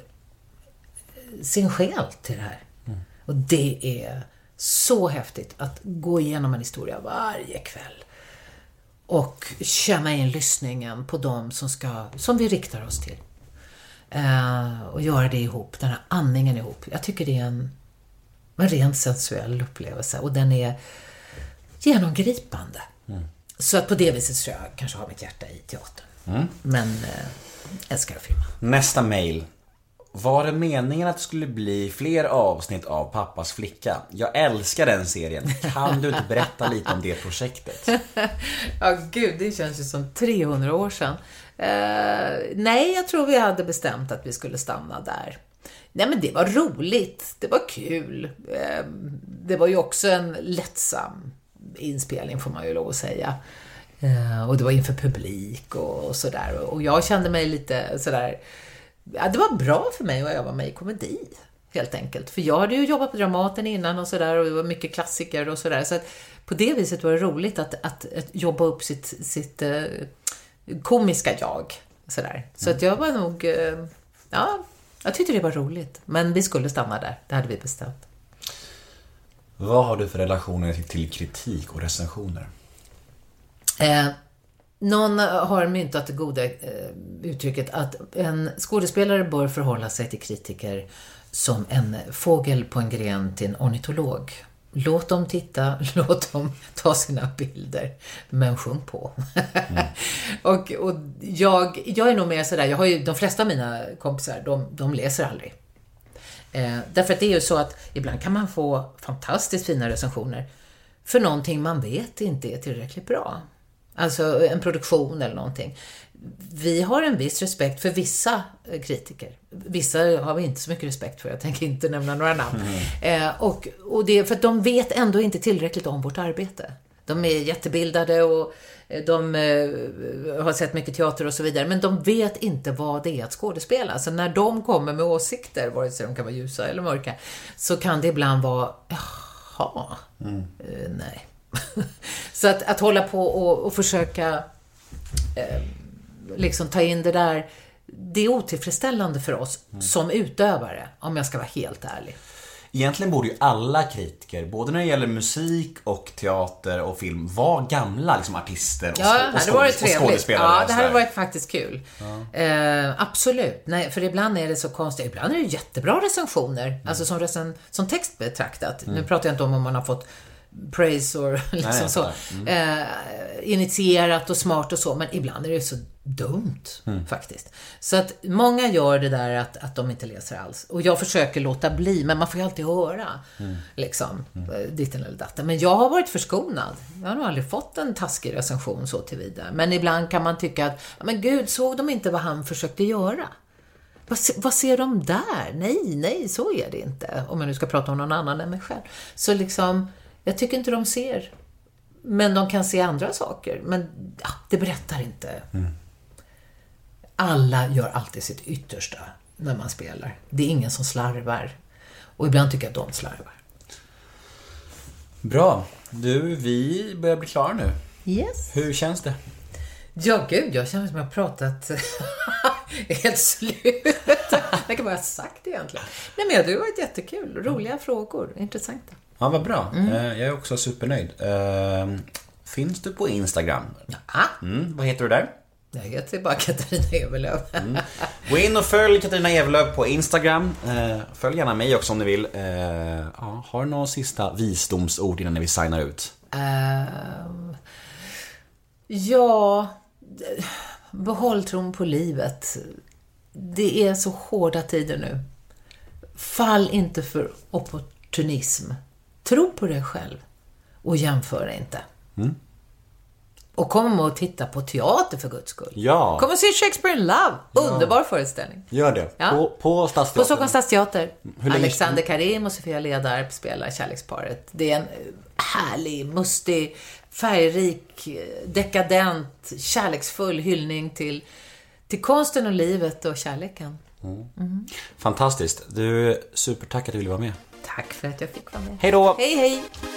sin själ till det här. Mm. Och det är så häftigt att gå igenom en historia varje kväll. Och känna in lyssningen på dem som, ska, som vi riktar oss till. Uh, och göra det ihop, den här andningen ihop. Jag tycker det är en, en rent sensuell upplevelse. Och den är genomgripande. Mm. Så att på det viset tror jag kanske har mitt hjärta i teatern. Mm. Men uh, älskar att filma. Nästa mejl. Var det meningen att det skulle bli fler avsnitt av Pappas flicka? Jag älskar den serien. Kan du inte berätta lite om det projektet? Ja, gud, det känns ju som trehundra år sedan. Uh, nej, jag tror vi hade bestämt att vi skulle stanna där. Nej, men det var roligt. Det var kul. Uh, det var ju också en lättsam inspelning, får man ju lov att säga. Uh, och det var inför publik och, och sådär. Och jag kände mig lite sådär... Ja, det var bra för mig att öva mig i komedi, helt enkelt. För jag hade ju jobbat på Dramaten innan och sådär, och det var mycket klassiker och sådär. Så att på det viset var det roligt att, att, att jobba upp sitt, sitt uh, komiska jag. Sådär. Så mm. att jag var nog... Uh, ja, jag tyckte det var roligt. Men vi skulle stanna där, det hade vi bestämt. Vad har du för relationer till kritik och recensioner? Eh... Någon har myntat det goda eh, uttrycket att en skådespelare bör förhålla sig till kritiker som en fågel på en gren till en ornitolog. Låt dem titta, låt dem ta sina bilder, men sjung på. Mm. och och jag, jag är nog mer sådär, jag har ju, de flesta av mina kompisar, de, de läser aldrig. Eh, därför att det är ju så att ibland kan man få fantastiskt fina recensioner för någonting man vet inte är tillräckligt bra. Alltså en produktion eller någonting. Vi har en viss respekt för vissa kritiker. Vissa har vi inte så mycket respekt för. Jag tänker inte nämna några namn. Mm. Eh, och, och det är för att de vet ändå inte tillräckligt om vårt arbete. De är jättebildade och de eh, har sett mycket teater och så vidare. Men de vet inte vad det är att skådespela. Så när de kommer med åsikter, vare sig de kan vara ljusa eller mörka, så kan det ibland vara, jaha, mm. eh, nej. Så att, att hålla på och, och försöka eh, liksom ta in det där, det är otillfredsställande för oss mm. som utövare, om jag ska vara helt ärlig. Egentligen borde ju alla kritiker, både när det gäller musik och teater och film, vara gamla liksom, artister och, ja, och, skåd- och skådespelare. Ja, det här har varit faktiskt kul. Ja. Eh, absolut. Nej, för ibland är det så konstigt. Ibland är det jättebra recensioner, mm. alltså som, recen- som text betraktat. Mm. Nu pratar jag inte om om man har fått praise och liksom nej, så mm. eh, initierat och smart och så, men ibland är det så dumt mm. faktiskt. Så att många gör det där att, att de inte läser alls, och jag försöker låta bli, men man får ju alltid höra mm. liksom mm. ditten eller datten. Men jag har varit förskonad. Jag har nog aldrig fått en taskig recension så tillvida, men ibland kan man tycka att men gud, såg de inte vad han försökte göra? Vad, vad ser de där? Nej, nej, så är det inte. Om jag nu ska prata om någon annan än mig själv. Så liksom, jag tycker inte de ser. Men de kan se andra saker. Men ja, det berättar inte. Mm. Alla gör alltid sitt yttersta när man spelar. Det är ingen som slarvar. Och ibland tycker jag att de slarvar. Bra. Du, vi börjar bli klara nu. Yes. Hur känns det? Ja, gud, jag känner som jag har pratat helt slut. Jag kan bara ha sagt det egentligen. Nej, men det har varit jättekul. Roliga frågor, intressanta. Ja, vad bra. Mm. Jag är också supernöjd. Finns du på Instagram? Ja. Mm, vad heter du där? Jag heter bara Katarina Evelöv. Mm. Gå in och följ Katarina Evelöv på Instagram. Följ gärna mig också om du vill. Ja, har du några sista visdomsord innan vi signar ut? Uh, ja, behåll tron på livet. Det är så hårda tider nu. Fall inte för opportunism. Tro på dig själv och jämför inte. Mm. Och kom och titta på teater för Guds skull. Ja. Kom och se Shakespeare in Love. Underbar ja. föreställning. Gör det. Ja. På, på Stadsteatern. På Stockholms Stadsteater. Alexander Karim och Sofia Ledarp spelar kärleksparet. Det är en härlig, mustig, färgrik, dekadent, kärleksfull hyllning till, till konsten och livet och kärleken. Mm. Mm. Fantastiskt. Du, supertack att du ville vara med. Tack för att jag fick vara med. Hej då! Hej hej!